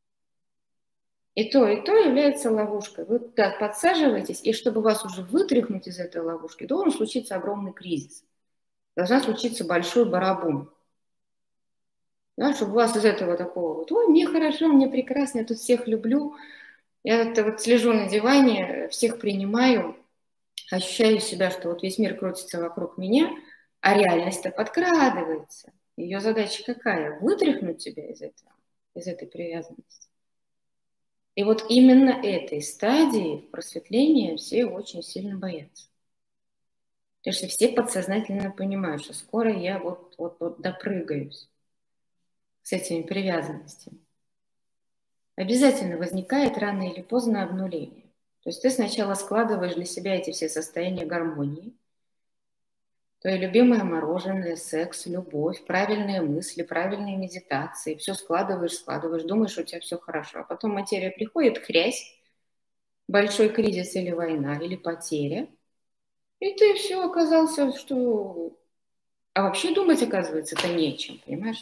И то, и то является ловушкой. Вы так подсаживаетесь, и чтобы вас уже вытряхнуть из этой ловушки, должен случиться огромный кризис. Должна случиться большой барабум. Да, чтобы у вас из этого такого вот, ой, мне хорошо, мне прекрасно, я тут всех люблю, я вот, вот слежу на диване, всех принимаю, ощущаю себя, что вот весь мир крутится вокруг меня, а реальность-то подкрадывается. Ее задача какая? Вытряхнуть тебя из этого, из этой привязанности. И вот именно этой стадии просветления все очень сильно боятся. Потому что все подсознательно понимают, что скоро я вот, вот, вот допрыгаюсь с этими привязанностями. Обязательно возникает рано или поздно обнуление. То есть ты сначала складываешь для себя эти все состояния гармонии, твое любимое мороженое, секс, любовь, правильные мысли, правильные медитации. Все складываешь, складываешь, думаешь, что у тебя все хорошо. А потом материя приходит, хрясь, большой кризис или война, или потеря. И ты все оказался, что... А вообще думать, оказывается, это нечем, понимаешь?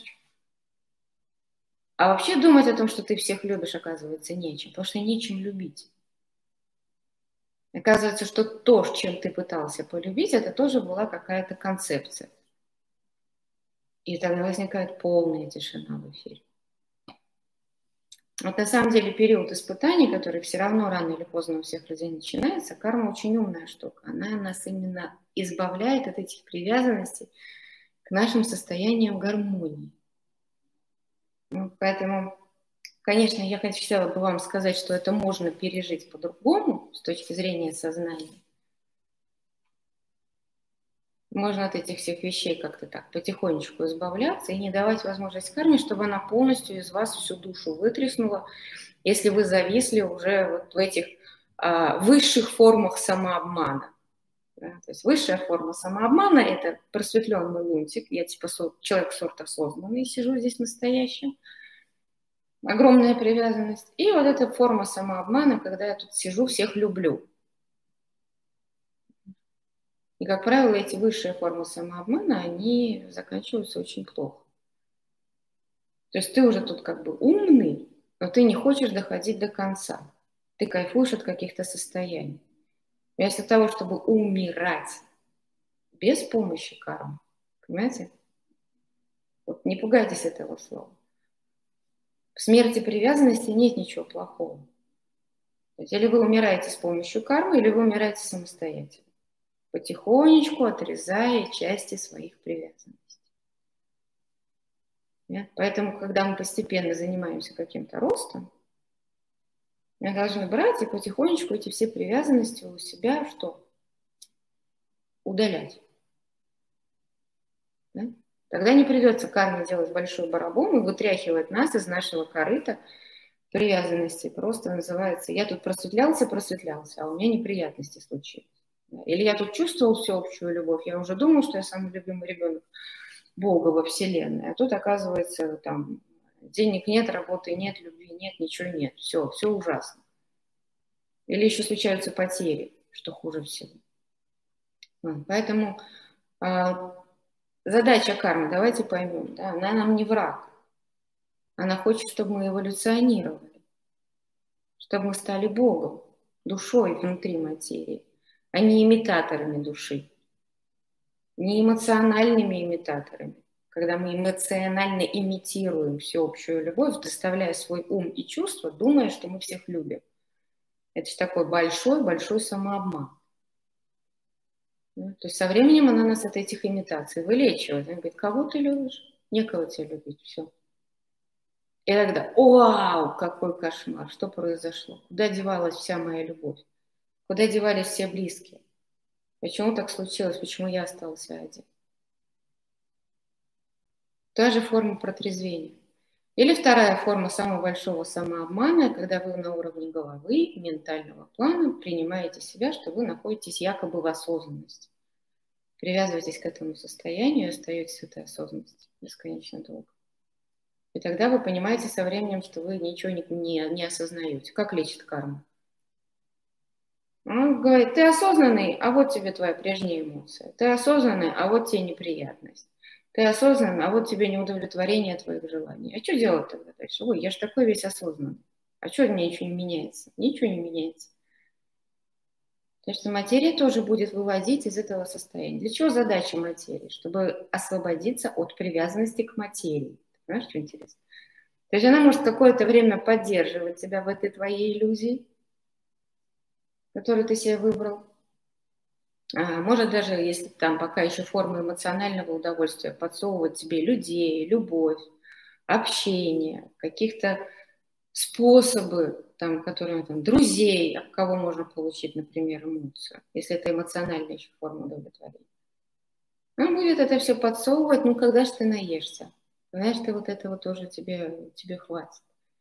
А вообще думать о том, что ты всех любишь, оказывается, нечем, потому что нечем любить. Оказывается, что то, чем ты пытался полюбить, это тоже была какая-то концепция. И тогда возникает полная тишина в эфире. Вот на самом деле период испытаний, который все равно рано или поздно у всех людей начинается, карма очень умная штука. Она нас именно избавляет от этих привязанностей к нашим состояниям гармонии. Ну, поэтому, конечно, я хотела бы вам сказать, что это можно пережить по-другому с точки зрения сознания. Можно от этих всех вещей как-то так потихонечку избавляться и не давать возможность карме, чтобы она полностью из вас всю душу вытряснула, если вы зависли уже вот в этих а, высших формах самообмана. Да? То есть высшая форма самообмана – это просветленный лунтик, я типа человек сорт осознанный, сижу здесь настоящим, огромная привязанность. И вот эта форма самообмана, когда я тут сижу, всех люблю. И, как правило, эти высшие формы самообмана, они заканчиваются очень плохо. То есть ты уже тут как бы умный, но ты не хочешь доходить до конца. Ты кайфуешь от каких-то состояний. Вместо того, чтобы умирать без помощи кармы, понимаете? Вот не пугайтесь этого слова. В смерти привязанности нет ничего плохого. То есть, или вы умираете с помощью кармы, или вы умираете самостоятельно, потихонечку отрезая части своих привязанностей. Нет? Поэтому, когда мы постепенно занимаемся каким-то ростом, мы должны брать и потихонечку эти все привязанности у себя что? Удалять. Да? Тогда не придется карме делать большой барабан и вытряхивать нас из нашего корыта привязанности. Просто называется, я тут просветлялся, просветлялся, а у меня неприятности случились. Или я тут чувствовал всеобщую любовь, я уже думал, что я самый любимый ребенок Бога во Вселенной, а тут, оказывается, там денег нет, работы нет, любви нет, ничего нет, все, все ужасно. Или еще случаются потери, что хуже всего. Поэтому а, задача кармы, давайте поймем, да, она нам не враг. Она хочет, чтобы мы эволюционировали, чтобы мы стали Богом, душой внутри материи, а не имитаторами души, не эмоциональными имитаторами, когда мы эмоционально имитируем всеобщую любовь, доставляя свой ум и чувства, думая, что мы всех любим. Это же такой большой-большой самообман. То есть со временем она нас от этих имитаций вылечивает. Она говорит, кого ты любишь? Некого тебя любить, все. И тогда, вау, какой кошмар, что произошло? Куда девалась вся моя любовь? Куда девались все близкие? Почему так случилось? Почему я остался один? Та же форма протрезвения. Или вторая форма самого большого самообмана, когда вы на уровне головы, ментального плана принимаете себя, что вы находитесь якобы в осознанности. Привязывайтесь к этому состоянию и остаетесь в этой осознанности бесконечно долго. И тогда вы понимаете со временем, что вы ничего не, не, не осознаете. Как лечит карма? Он говорит, ты осознанный, а вот тебе твоя прежняя эмоция. Ты осознанный, а вот тебе неприятность. Ты осознанный, а вот тебе неудовлетворение твоих желаний. А что делать тогда дальше? Ой, я же такой весь осознанный. А что мне ничего не меняется? Ничего не меняется. То есть материя тоже будет выводить из этого состояния. Для чего задача материи? Чтобы освободиться от привязанности к материи. Понимаешь, что интересно? То есть она может какое-то время поддерживать тебя в этой твоей иллюзии, которую ты себе выбрал. А, может даже, если там пока еще форма эмоционального удовольствия, подсовывать тебе людей, любовь, общение, каких-то способы, там, которые, там, друзей, от кого можно получить, например, эмоцию, если это эмоциональная еще форма удовлетворения. Он будет это все подсовывать, ну, когда же ты наешься? Знаешь, ты вот этого тоже тебе, тебе хватит.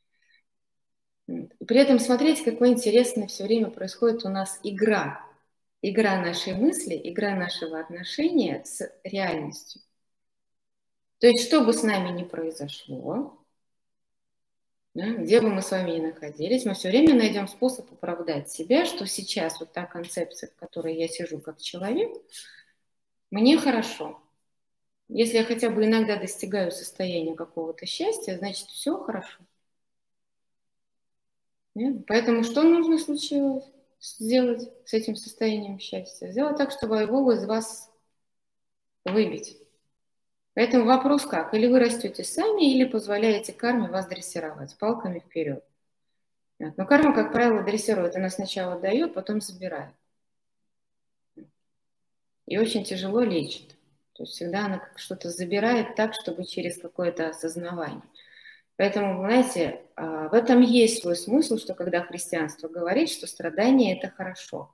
И при этом смотрите, какое интересное все время происходит у нас игра. Игра нашей мысли, игра нашего отношения с реальностью. То есть, что бы с нами ни произошло, да, где бы мы с вами ни находились, мы все время найдем способ оправдать себя, что сейчас вот та концепция, в которой я сижу как человек, мне хорошо. Если я хотя бы иногда достигаю состояния какого-то счастья, значит, все хорошо. Нет? Поэтому что нужно случилось? Сделать с этим состоянием счастья? Сделать так, чтобы его из вас выбить. Поэтому вопрос как? Или вы растете сами, или позволяете карме вас дрессировать палками вперед. Но карма, как правило, дрессирует. Она сначала дает, потом забирает. И очень тяжело лечит. То есть всегда она что-то забирает так, чтобы через какое-то осознавание. Поэтому, знаете, в этом есть свой смысл, что когда христианство говорит, что страдание – это хорошо.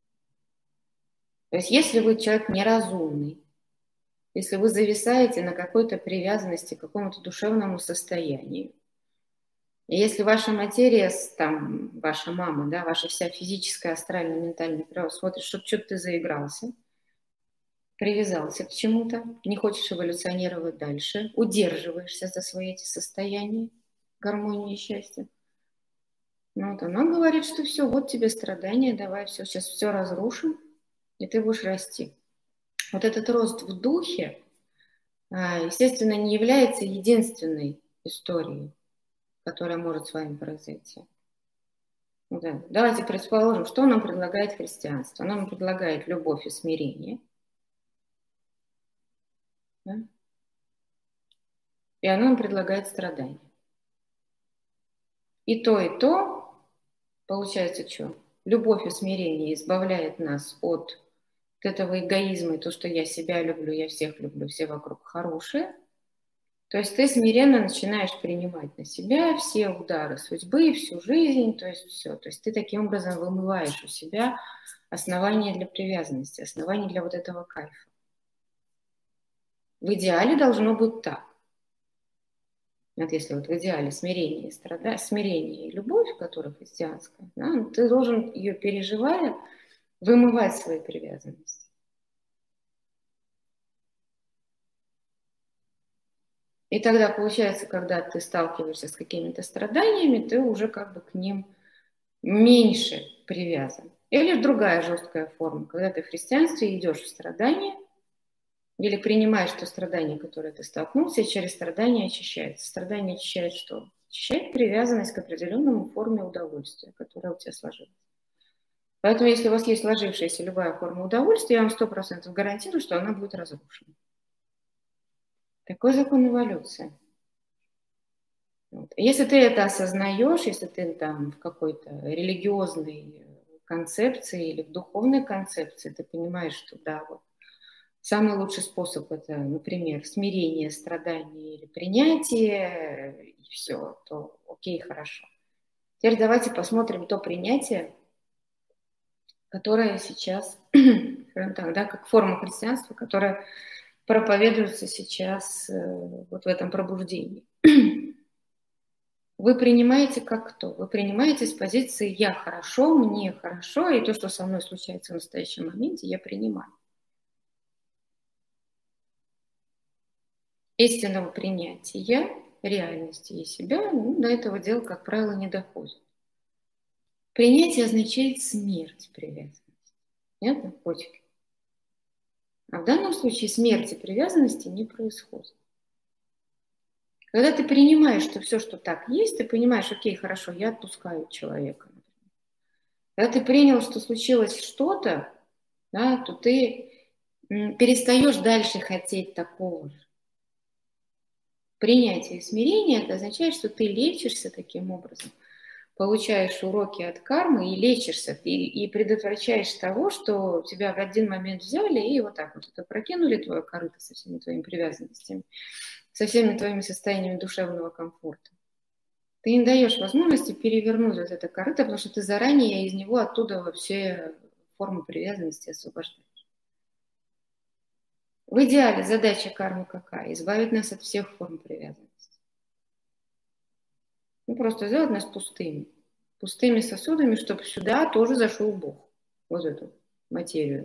То есть если вы человек неразумный, если вы зависаете на какой-то привязанности к какому-то душевному состоянию, и если ваша материя, там, ваша мама, да, ваша вся физическая, астральная, ментальная природа смотрит, что что-то ты заигрался, привязался к чему-то, не хочешь эволюционировать дальше, удерживаешься за свои эти состояния гармонии и счастья. Ну, вот она говорит, что все, вот тебе страдания, давай все, сейчас все разрушим, и ты будешь расти. Вот этот рост в духе, естественно, не является единственной историей, которая может с вами произойти. Да. Давайте предположим, что нам предлагает христианство. Оно нам предлагает любовь и смирение. Да? И оно нам предлагает страдания. И то, и то, получается, что? Любовь и смирение избавляет нас от этого эгоизма и то, что я себя люблю, я всех люблю, все вокруг хорошие. То есть ты смиренно начинаешь принимать на себя все удары судьбы, всю жизнь, то есть все. То есть ты таким образом вымываешь у себя основания для привязанности, основания для вот этого кайфа. В идеале должно быть так. Вот если вот в идеале смирение и страда... смирение и любовь, которая христианская, да, ты должен ее, переживая, вымывать свои привязанности. И тогда получается, когда ты сталкиваешься с какими-то страданиями, ты уже как бы к ним меньше привязан. Или другая жесткая форма, когда ты в христианстве идешь в страдания, или принимаешь то страдание, которое ты столкнулся, и через страдание очищается. Страдание очищает что? Очищает привязанность к определенному форме удовольствия, которая у тебя сложилась. Поэтому, если у вас есть сложившаяся любая форма удовольствия, я вам сто процентов гарантирую, что она будет разрушена. Такой закон эволюции. Вот. Если ты это осознаешь, если ты там в какой-то религиозной концепции или в духовной концепции, ты понимаешь, что да, вот самый лучший способ это, например, смирение, страдание или принятие, и все, то окей, хорошо. Теперь давайте посмотрим то принятие, которое сейчас, скажем так, да, как форма христианства, которая проповедуется сейчас вот в этом пробуждении. Вы принимаете как кто? Вы принимаете с позиции «я хорошо, мне хорошо, и то, что со мной случается в настоящем моменте, я принимаю». Истинного принятия реальности и себя, ну, до этого дела, как правило, не доходит. Принятие означает смерть привязанности. Понятно, котики? А в данном случае смерти привязанности не происходит. Когда ты принимаешь, что все, что так есть, ты понимаешь, окей, хорошо, я отпускаю человека. Когда ты принял, что случилось что-то, да, то ты перестаешь дальше хотеть такого же. Принятие и смирение – это означает, что ты лечишься таким образом, получаешь уроки от кармы и лечишься, и, и предотвращаешь того, что тебя в один момент взяли и вот так вот это прокинули твое корыто со всеми твоими привязанностями, со всеми твоими состояниями душевного комфорта. Ты не даешь возможности перевернуть вот это корыто, потому что ты заранее из него оттуда все формы привязанности освобождаешь. В идеале задача кармы какая? Избавить нас от всех форм привязанности. Ну, просто сделать нас пустыми. Пустыми сосудами, чтобы сюда тоже зашел Бог. Вот эту материю.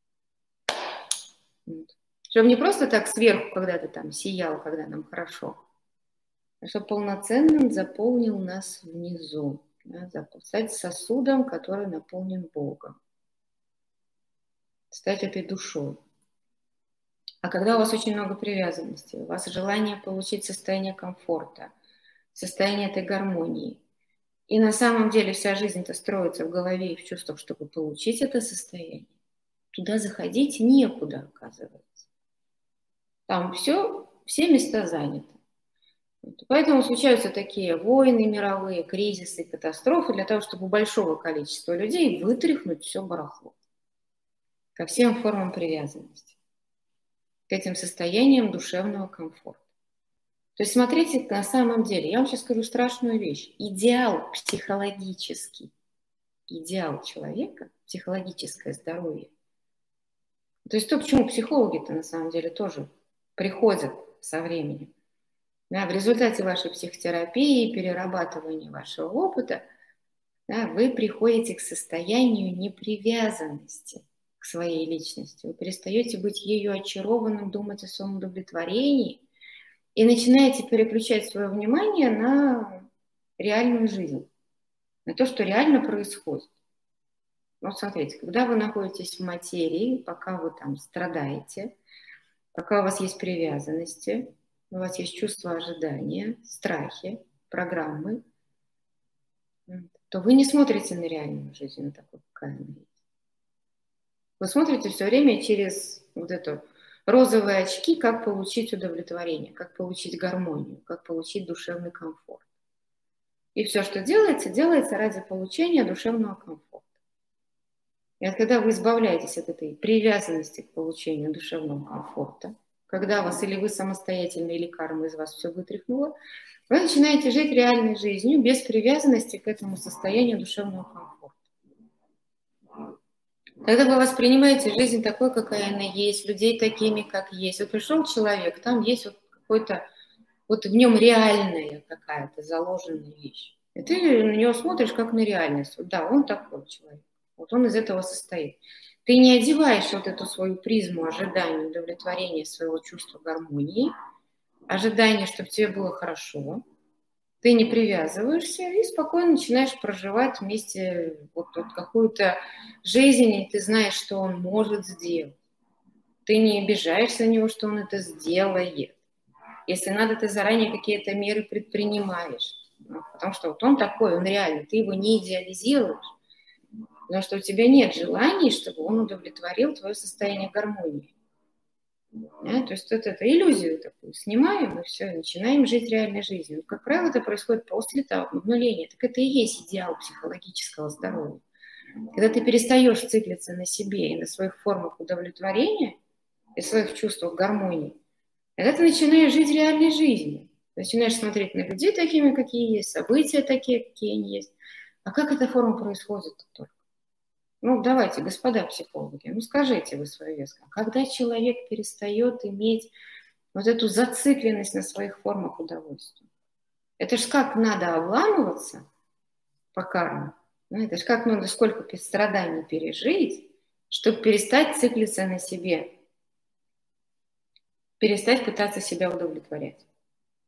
Вот. Чтобы не просто так сверху когда-то там сиял, когда нам хорошо, а чтобы полноценно заполнил нас внизу. Да, стать сосудом, который наполнен Богом. Стать этой душой. А когда у вас очень много привязанностей, у вас желание получить состояние комфорта, состояние этой гармонии, и на самом деле вся жизнь-то строится в голове и в чувствах, чтобы получить это состояние, туда заходить некуда, оказывается. Там все, все места заняты. Поэтому случаются такие войны мировые, кризисы, катастрофы, для того, чтобы у большого количества людей вытряхнуть все барахло ко всем формам привязанности, к этим состояниям душевного комфорта. То есть смотрите, на самом деле, я вам сейчас скажу страшную вещь. Идеал психологический, идеал человека, психологическое здоровье. То есть то, к чему психологи-то на самом деле тоже приходят со временем. Да, в результате вашей психотерапии, перерабатывания вашего опыта, да, вы приходите к состоянию непривязанности к своей личности. Вы перестаете быть ею очарованным, думать о своем удовлетворении и начинаете переключать свое внимание на реальную жизнь, на то, что реально происходит. Вот смотрите, когда вы находитесь в материи, пока вы там страдаете, пока у вас есть привязанности, у вас есть чувство ожидания, страхи, программы, то вы не смотрите на реальную жизнь, на такую, какая она есть. Вы смотрите все время через вот эту розовые очки, как получить удовлетворение, как получить гармонию, как получить душевный комфорт. И все, что делается, делается ради получения душевного комфорта. И вот когда вы избавляетесь от этой привязанности к получению душевного комфорта, когда вас или вы самостоятельно, или карма из вас все вытряхнула, вы начинаете жить реальной жизнью без привязанности к этому состоянию душевного комфорта. Когда вы воспринимаете жизнь такой, какая она есть, людей такими, как есть. Вот пришел человек, там есть вот какой-то, вот в нем реальная какая-то заложенная вещь. И ты на него смотришь как на реальность. Вот да, он такой человек. Вот он из этого состоит. Ты не одеваешь вот эту свою призму ожидания, удовлетворения своего чувства гармонии, ожидания, чтобы тебе было хорошо. Ты не привязываешься и спокойно начинаешь проживать вместе вот, вот какую-то жизнь, и ты знаешь, что он может сделать. Ты не обижаешься на него, что он это сделает. Если надо, ты заранее какие-то меры предпринимаешь. Потому что вот он такой, он реальный, ты его не идеализируешь. Потому что у тебя нет желаний, чтобы он удовлетворил твое состояние гармонии. Да? То есть вот эту иллюзию такую снимаем, и все, начинаем жить реальной жизнью. Как правило, это происходит после того, обнуления. Так это и есть идеал психологического здоровья. Когда ты перестаешь циклиться на себе и на своих формах удовлетворения и своих чувствах гармонии, тогда ты начинаешь жить реальной жизнью. Ты начинаешь смотреть на людей такими, какие есть, события такие, какие они есть. А как эта форма происходит только? Ну, давайте, господа психологи, ну скажите вы свою веску. Когда человек перестает иметь вот эту зацикленность на своих формах удовольствия, это ж как надо обламываться по карме, ну, это ж как надо сколько страданий пережить, чтобы перестать циклиться на себе, перестать пытаться себя удовлетворять.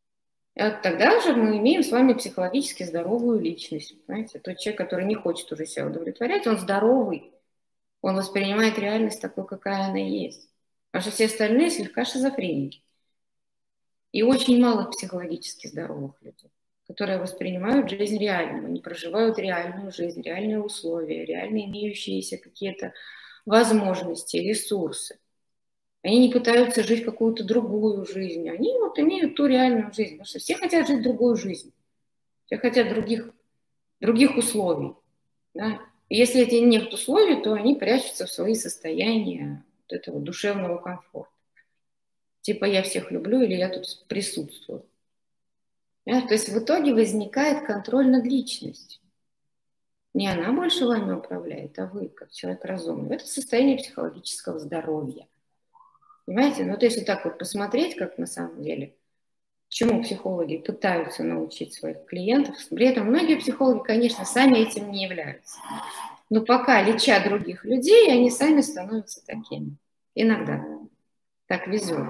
Тогда же мы имеем с вами психологически здоровую личность. Понимаете? Тот человек, который не хочет уже себя удовлетворять, он здоровый. Он воспринимает реальность такой, какая она есть. А что все остальные слегка шизофреники. И очень мало психологически здоровых людей, которые воспринимают жизнь реальную, они проживают реальную жизнь, реальные условия, реально имеющиеся какие-то возможности, ресурсы. Они не пытаются жить какую-то другую жизнь, они вот имеют ту реальную жизнь, потому что все хотят жить другую жизнь, все хотят других, других условий. Да? И если этих нет условий, то они прячутся в свои состояния вот этого душевного комфорта. Типа я всех люблю или я тут присутствую. Да? То есть в итоге возникает контроль над личностью. Не она больше вами управляет, а вы, как человек разумный. Это состояние психологического здоровья. Понимаете? Ну, то есть вот так вот посмотреть, как на самом деле, чему психологи пытаются научить своих клиентов. При этом многие психологи, конечно, сами этим не являются. Но пока лечат других людей, они сами становятся такими. Иногда. Так везет.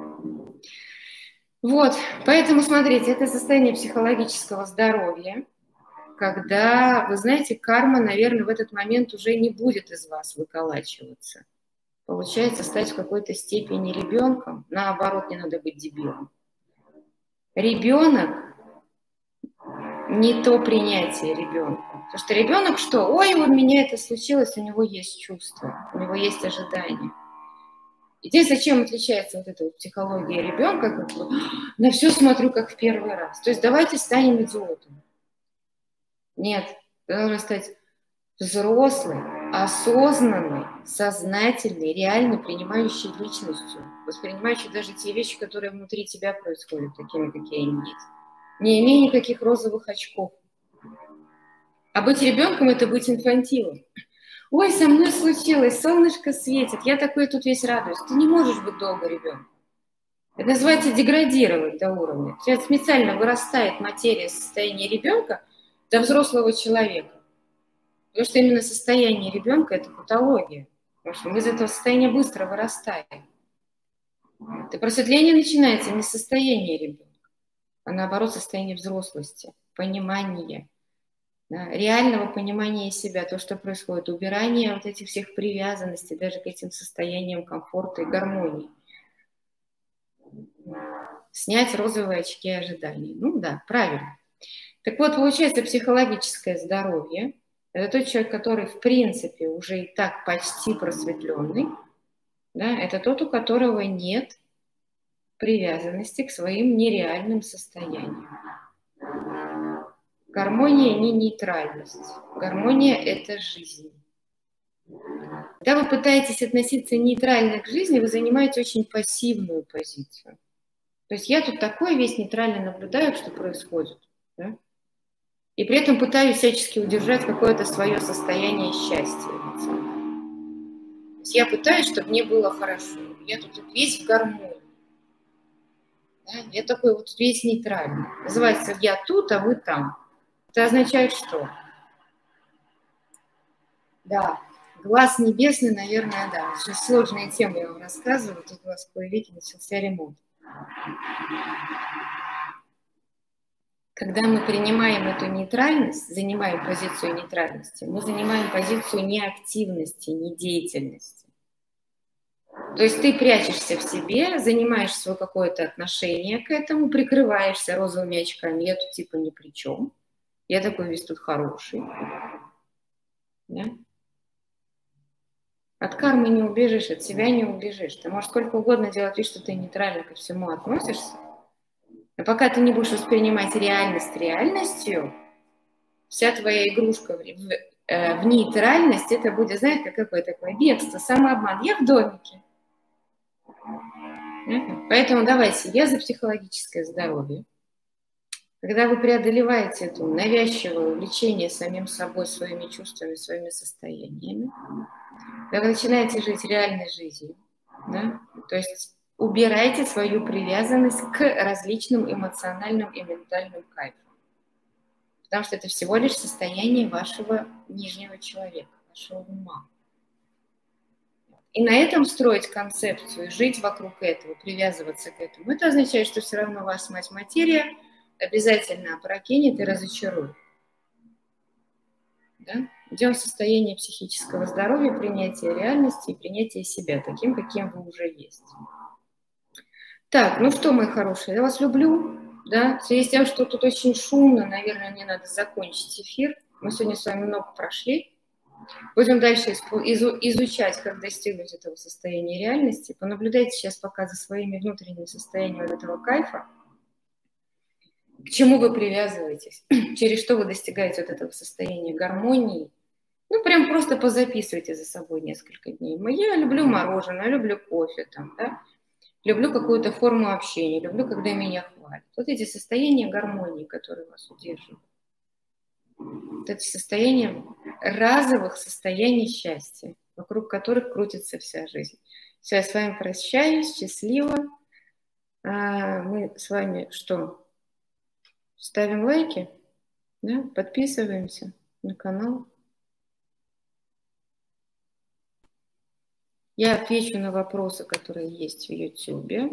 Вот. Поэтому, смотрите, это состояние психологического здоровья, когда, вы знаете, карма, наверное, в этот момент уже не будет из вас выколачиваться. Получается, стать в какой-то степени ребенком, наоборот, не надо быть дебилом. Ребенок не то принятие ребенка. Потому что ребенок что? Ой, у меня это случилось, у него есть чувства, у него есть ожидания. И здесь зачем отличается вот эта вот психология ребенка, как бы, на все смотрю как в первый раз. То есть давайте станем идиотами. Нет, ты должна стать взрослой, осознанной, сознательной, реально принимающей личностью, воспринимающей даже те вещи, которые внутри тебя происходят, такими, какие они есть. Не имея никаких розовых очков. А быть ребенком – это быть инфантилом. Ой, со мной случилось, солнышко светит, я такой тут весь радуюсь. Ты не можешь быть долго ребенком. Это называется деградировать до уровня. У тебя специально вырастает материя состояния ребенка до взрослого человека. Потому что именно состояние ребенка – это патология. Потому что мы из этого состояния быстро вырастаем. И просветление начинается не с состояния ребенка, а наоборот состояние взрослости, понимания, да, реального понимания себя, то, что происходит, убирание вот этих всех привязанностей, даже к этим состояниям комфорта и гармонии. Снять розовые очки ожиданий. Ну да, правильно. Так вот, получается, психологическое здоровье – это тот человек, который, в принципе, уже и так почти просветленный. Да? Это тот, у которого нет привязанности к своим нереальным состояниям. Гармония не нейтральность. Гармония – это жизнь. Когда вы пытаетесь относиться нейтрально к жизни, вы занимаете очень пассивную позицию. То есть я тут такое весь нейтрально наблюдаю, что происходит. Да? И при этом пытаюсь всячески удержать какое-то свое состояние счастья. То есть я пытаюсь, чтобы мне было хорошо. Я тут весь в гармонии. Да? Я такой вот весь нейтральный. Называется «я тут, а вы там». Это означает что? Да, глаз небесный, наверное, да. Сейчас сложные темы я вам рассказываю. Тут у вас в Куевике начался ремонт. Когда мы принимаем эту нейтральность, занимаем позицию нейтральности, мы занимаем позицию неактивности, недеятельности. То есть ты прячешься в себе, занимаешь свое какое-то отношение к этому, прикрываешься розовыми очками. Я тут типа ни при чем. Я такой весь тут хороший. Да? От кармы не убежишь, от себя не убежишь. Ты можешь сколько угодно делать вид, что ты нейтрально ко всему относишься. Но пока ты не будешь воспринимать реальность реальностью, вся твоя игрушка в, в, э, в нейтральность, это будет, знаете, как какое такое бегство, самообман. Я в домике. Поэтому давайте, я за психологическое здоровье. Когда вы преодолеваете это навязчивое увлечение самим собой, своими чувствами, своими состояниями, когда вы начинаете жить реальной жизнью, да, то есть убирайте свою привязанность к различным эмоциональным и ментальным кайфам. Потому что это всего лишь состояние вашего нижнего человека, вашего ума. И на этом строить концепцию, жить вокруг этого, привязываться к этому, это означает, что все равно вас мать материя обязательно опрокинет и разочарует. Да? Идем в состояние психического здоровья, принятия реальности и принятия себя таким, каким вы уже есть. Так, ну что, мои хорошие, я вас люблю. Да? В связи с тем, что тут очень шумно, наверное, мне надо закончить эфир. Мы сегодня с вами много прошли. Будем дальше изучать, как достигнуть этого состояния реальности. Понаблюдайте сейчас пока за своими внутренними состояниями вот этого кайфа. К чему вы привязываетесь, через что вы достигаете вот этого состояния гармонии. Ну, прям просто позаписывайте за собой несколько дней. Я люблю мороженое, люблю кофе, там, да? Люблю какую-то форму общения, люблю, когда меня хвалят. Вот эти состояния гармонии, которые вас удерживают. Вот это состояние разовых состояний счастья, вокруг которых крутится вся жизнь. Все, я с вами прощаюсь, счастливо. А мы с вами что? Ставим лайки, да? Подписываемся на канал. Я отвечу на вопросы, которые есть в YouTube.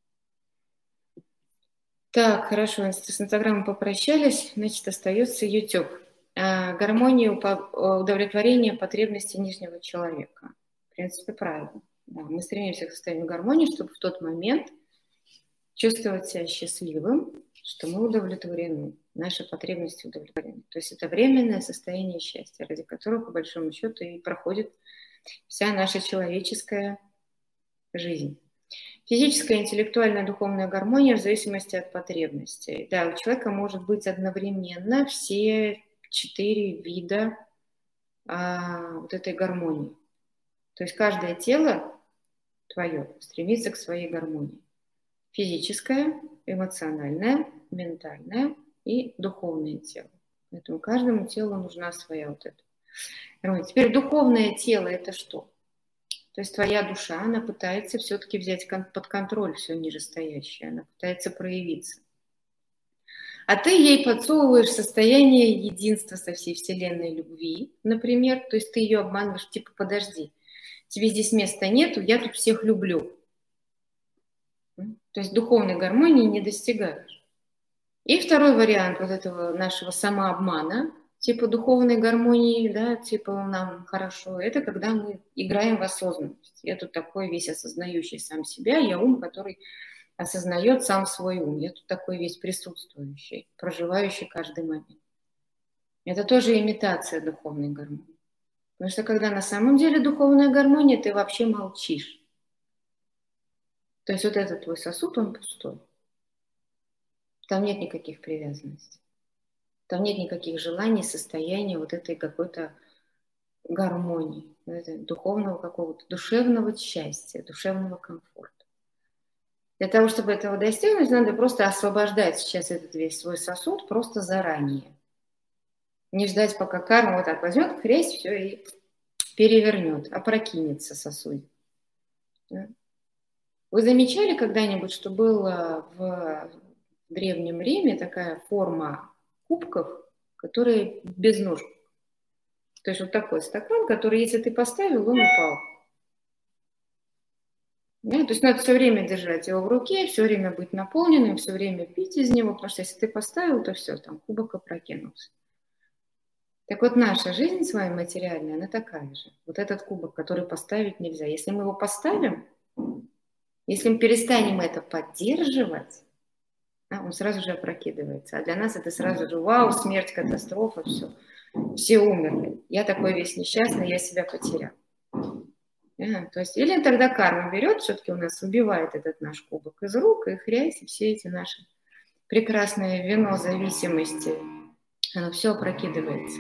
Так, хорошо, с Инстаграмом попрощались, значит, остается YouTube. А, гармония, удовлетворение потребностей нижнего человека. В принципе, правильно. Да, мы стремимся к состоянию гармонии, чтобы в тот момент чувствовать себя счастливым, что мы удовлетворены, наши потребности удовлетворены. То есть это временное состояние счастья, ради которого, по большому счету, и проходит вся наша человеческая жизнь. Физическая, интеллектуальная, духовная гармония в зависимости от потребностей. Да, у человека может быть одновременно все четыре вида а, вот этой гармонии. То есть каждое тело твое стремится к своей гармонии. Физическое, эмоциональное, ментальное и духовное тело. Поэтому каждому телу нужна своя вот эта гармония. Теперь духовное тело – это что? То есть твоя душа, она пытается все-таки взять под контроль все нижестоящее, она пытается проявиться. А ты ей подсовываешь состояние единства со всей вселенной любви, например, то есть ты ее обманываешь, типа, подожди, тебе здесь места нету, я тут всех люблю. То есть духовной гармонии не достигаешь. И второй вариант вот этого нашего самообмана, типа духовной гармонии, да, типа нам хорошо, это когда мы играем в осознанность. Я тут такой весь осознающий сам себя, я ум, который осознает сам свой ум. Я тут такой весь присутствующий, проживающий каждый момент. Это тоже имитация духовной гармонии. Потому что когда на самом деле духовная гармония, ты вообще молчишь. То есть вот этот твой сосуд, он пустой. Там нет никаких привязанностей. Там нет никаких желаний, состояния вот этой какой-то гармонии, духовного какого-то, душевного счастья, душевного комфорта. Для того, чтобы этого достигнуть, надо просто освобождать сейчас этот весь свой сосуд просто заранее. Не ждать, пока карма вот так возьмет, хрясь, все и перевернет, опрокинется сосуд. Вы замечали когда-нибудь, что было в Древнем Риме такая форма кубков, которые без ножек? То есть вот такой стакан, который, если ты поставил, он упал. Да, то есть надо все время держать его в руке, все время быть наполненным, все время пить из него, потому что если ты поставил, то все, там кубок опрокинулся. Так вот, наша жизнь с вами материальная, она такая же. Вот этот кубок, который поставить нельзя. Если мы его поставим, если мы перестанем это поддерживать, да, он сразу же опрокидывается. А для нас это сразу же вау, смерть, катастрофа, все. Все умерли. Я такой весь несчастный, я себя потерял. Да, то есть, или тогда карма берет, все-таки у нас убивает этот наш кубок из рук, и хрясь, и все эти наши прекрасное вино зависимости, оно все опрокидывается.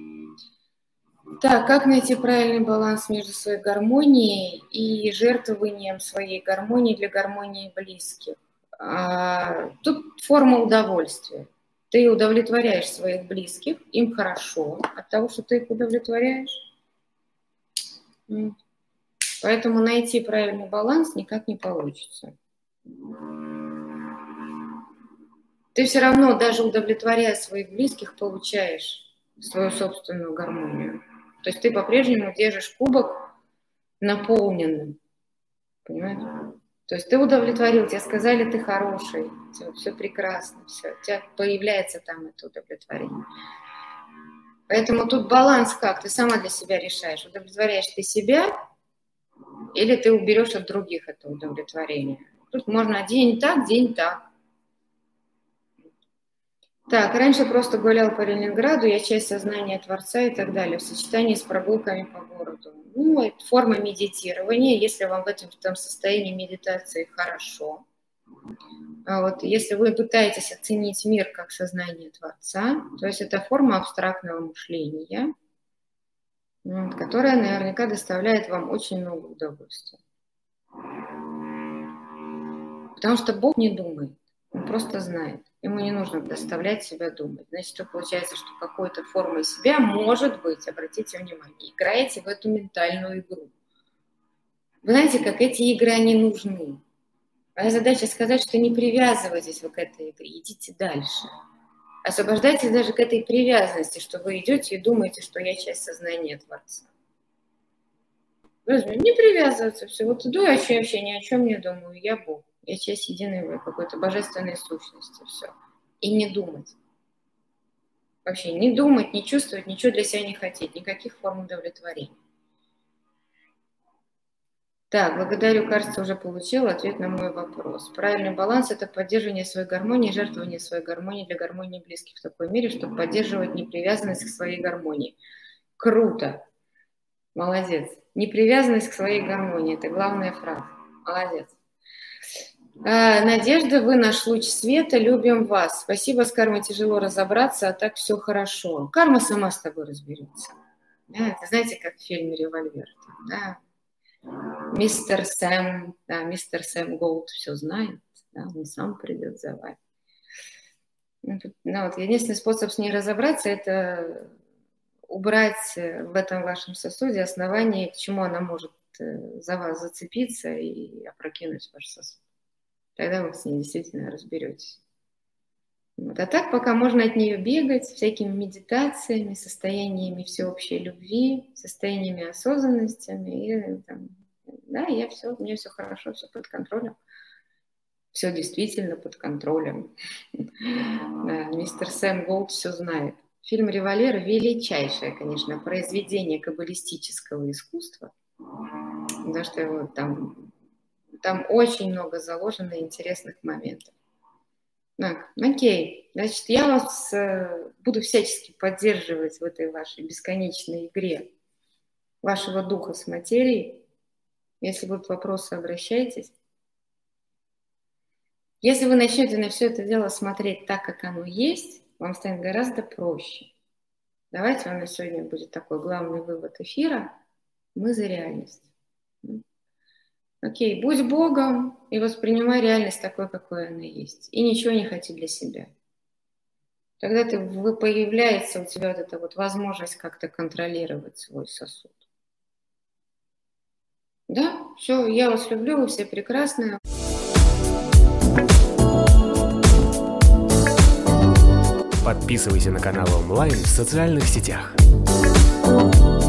Так, как найти правильный баланс между своей гармонией и жертвованием своей гармонии для гармонии близких? А, тут форма удовольствия. Ты удовлетворяешь своих близких, им хорошо от того, что ты их удовлетворяешь. Поэтому найти правильный баланс никак не получится. Ты все равно, даже удовлетворяя своих близких, получаешь свою собственную гармонию. То есть ты по-прежнему держишь кубок наполненным. Понимаете? То есть ты удовлетворил, тебе сказали, ты хороший, все, все прекрасно, все, у тебя появляется там это удовлетворение. Поэтому тут баланс как? Ты сама для себя решаешь, удовлетворяешь ты себя или ты уберешь от других это удовлетворение. Тут можно день так, день так. Так, раньше просто гулял по Ленинграду, я часть сознания Творца и так далее, в сочетании с прогулками по городу. Ну, это форма медитирования, если вам в этом, в этом состоянии медитации хорошо. А вот если вы пытаетесь оценить мир как сознание Творца, то есть это форма абстрактного мышления, вот, которая наверняка доставляет вам очень много удовольствия. Потому что Бог не думает, Он просто знает. Ему не нужно доставлять себя думать. Значит, что получается, что какой-то формой себя может быть, обратите внимание, играете в эту ментальную игру. Вы знаете, как эти игры, они нужны. Моя задача сказать, что не привязывайтесь вы к этой игре, идите дальше. Освобождайтесь даже к этой привязанности, что вы идете и думаете, что я часть сознания Творца. Не привязываться, все. Вот иду, я вообще ни о чем не думаю, я Бог. Я часть единой какой-то божественной сущности, все. И не думать. Вообще не думать, не чувствовать, ничего для себя не хотеть, никаких форм удовлетворения. Так, благодарю, кажется, уже получила ответ на мой вопрос. Правильный баланс – это поддерживание своей гармонии, жертвование своей гармонии для гармонии близких в такой мере, чтобы поддерживать непривязанность к своей гармонии. Круто! Молодец! Непривязанность к своей гармонии – это главная фраза. Молодец! А, Надежда, вы наш луч света, любим вас. Спасибо, с кармой тяжело разобраться, а так все хорошо. Карма сама с тобой разберется. Да, это знаете, как в фильме «Револьвер». Да? Мистер Сэм, да, мистер Сэм Голд все знает, да, он сам придет за вами. Ну, вот, единственный способ с ней разобраться – это убрать в этом вашем сосуде основание, к чему она может за вас зацепиться и опрокинуть ваш сосуд. Тогда вы с ней действительно разберетесь. Вот. А так пока можно от нее бегать всякими медитациями, состояниями всеобщей любви, состояниями осознанностями. И, там, да, я все, у меня все хорошо, все под контролем. Все действительно под контролем. Да, мистер Сэм Голд все знает. Фильм «Револьвер» величайшее, конечно, произведение каббалистического искусства. Потому что его там... Там очень много заложено интересных моментов. Так, окей. Значит, я вас э, буду всячески поддерживать в этой вашей бесконечной игре вашего духа с материей. Если будут вопросы, обращайтесь. Если вы начнете на все это дело смотреть так, как оно есть, вам станет гораздо проще. Давайте у нас сегодня будет такой главный вывод эфира. Мы за реальность. Окей, будь Богом и воспринимай реальность такой, какой она есть. И ничего не хоти для себя. Тогда ты, появляется у тебя вот эта вот возможность как-то контролировать свой сосуд. Да, все, я вас люблю, вы все прекрасные. Подписывайся на канал онлайн в социальных сетях.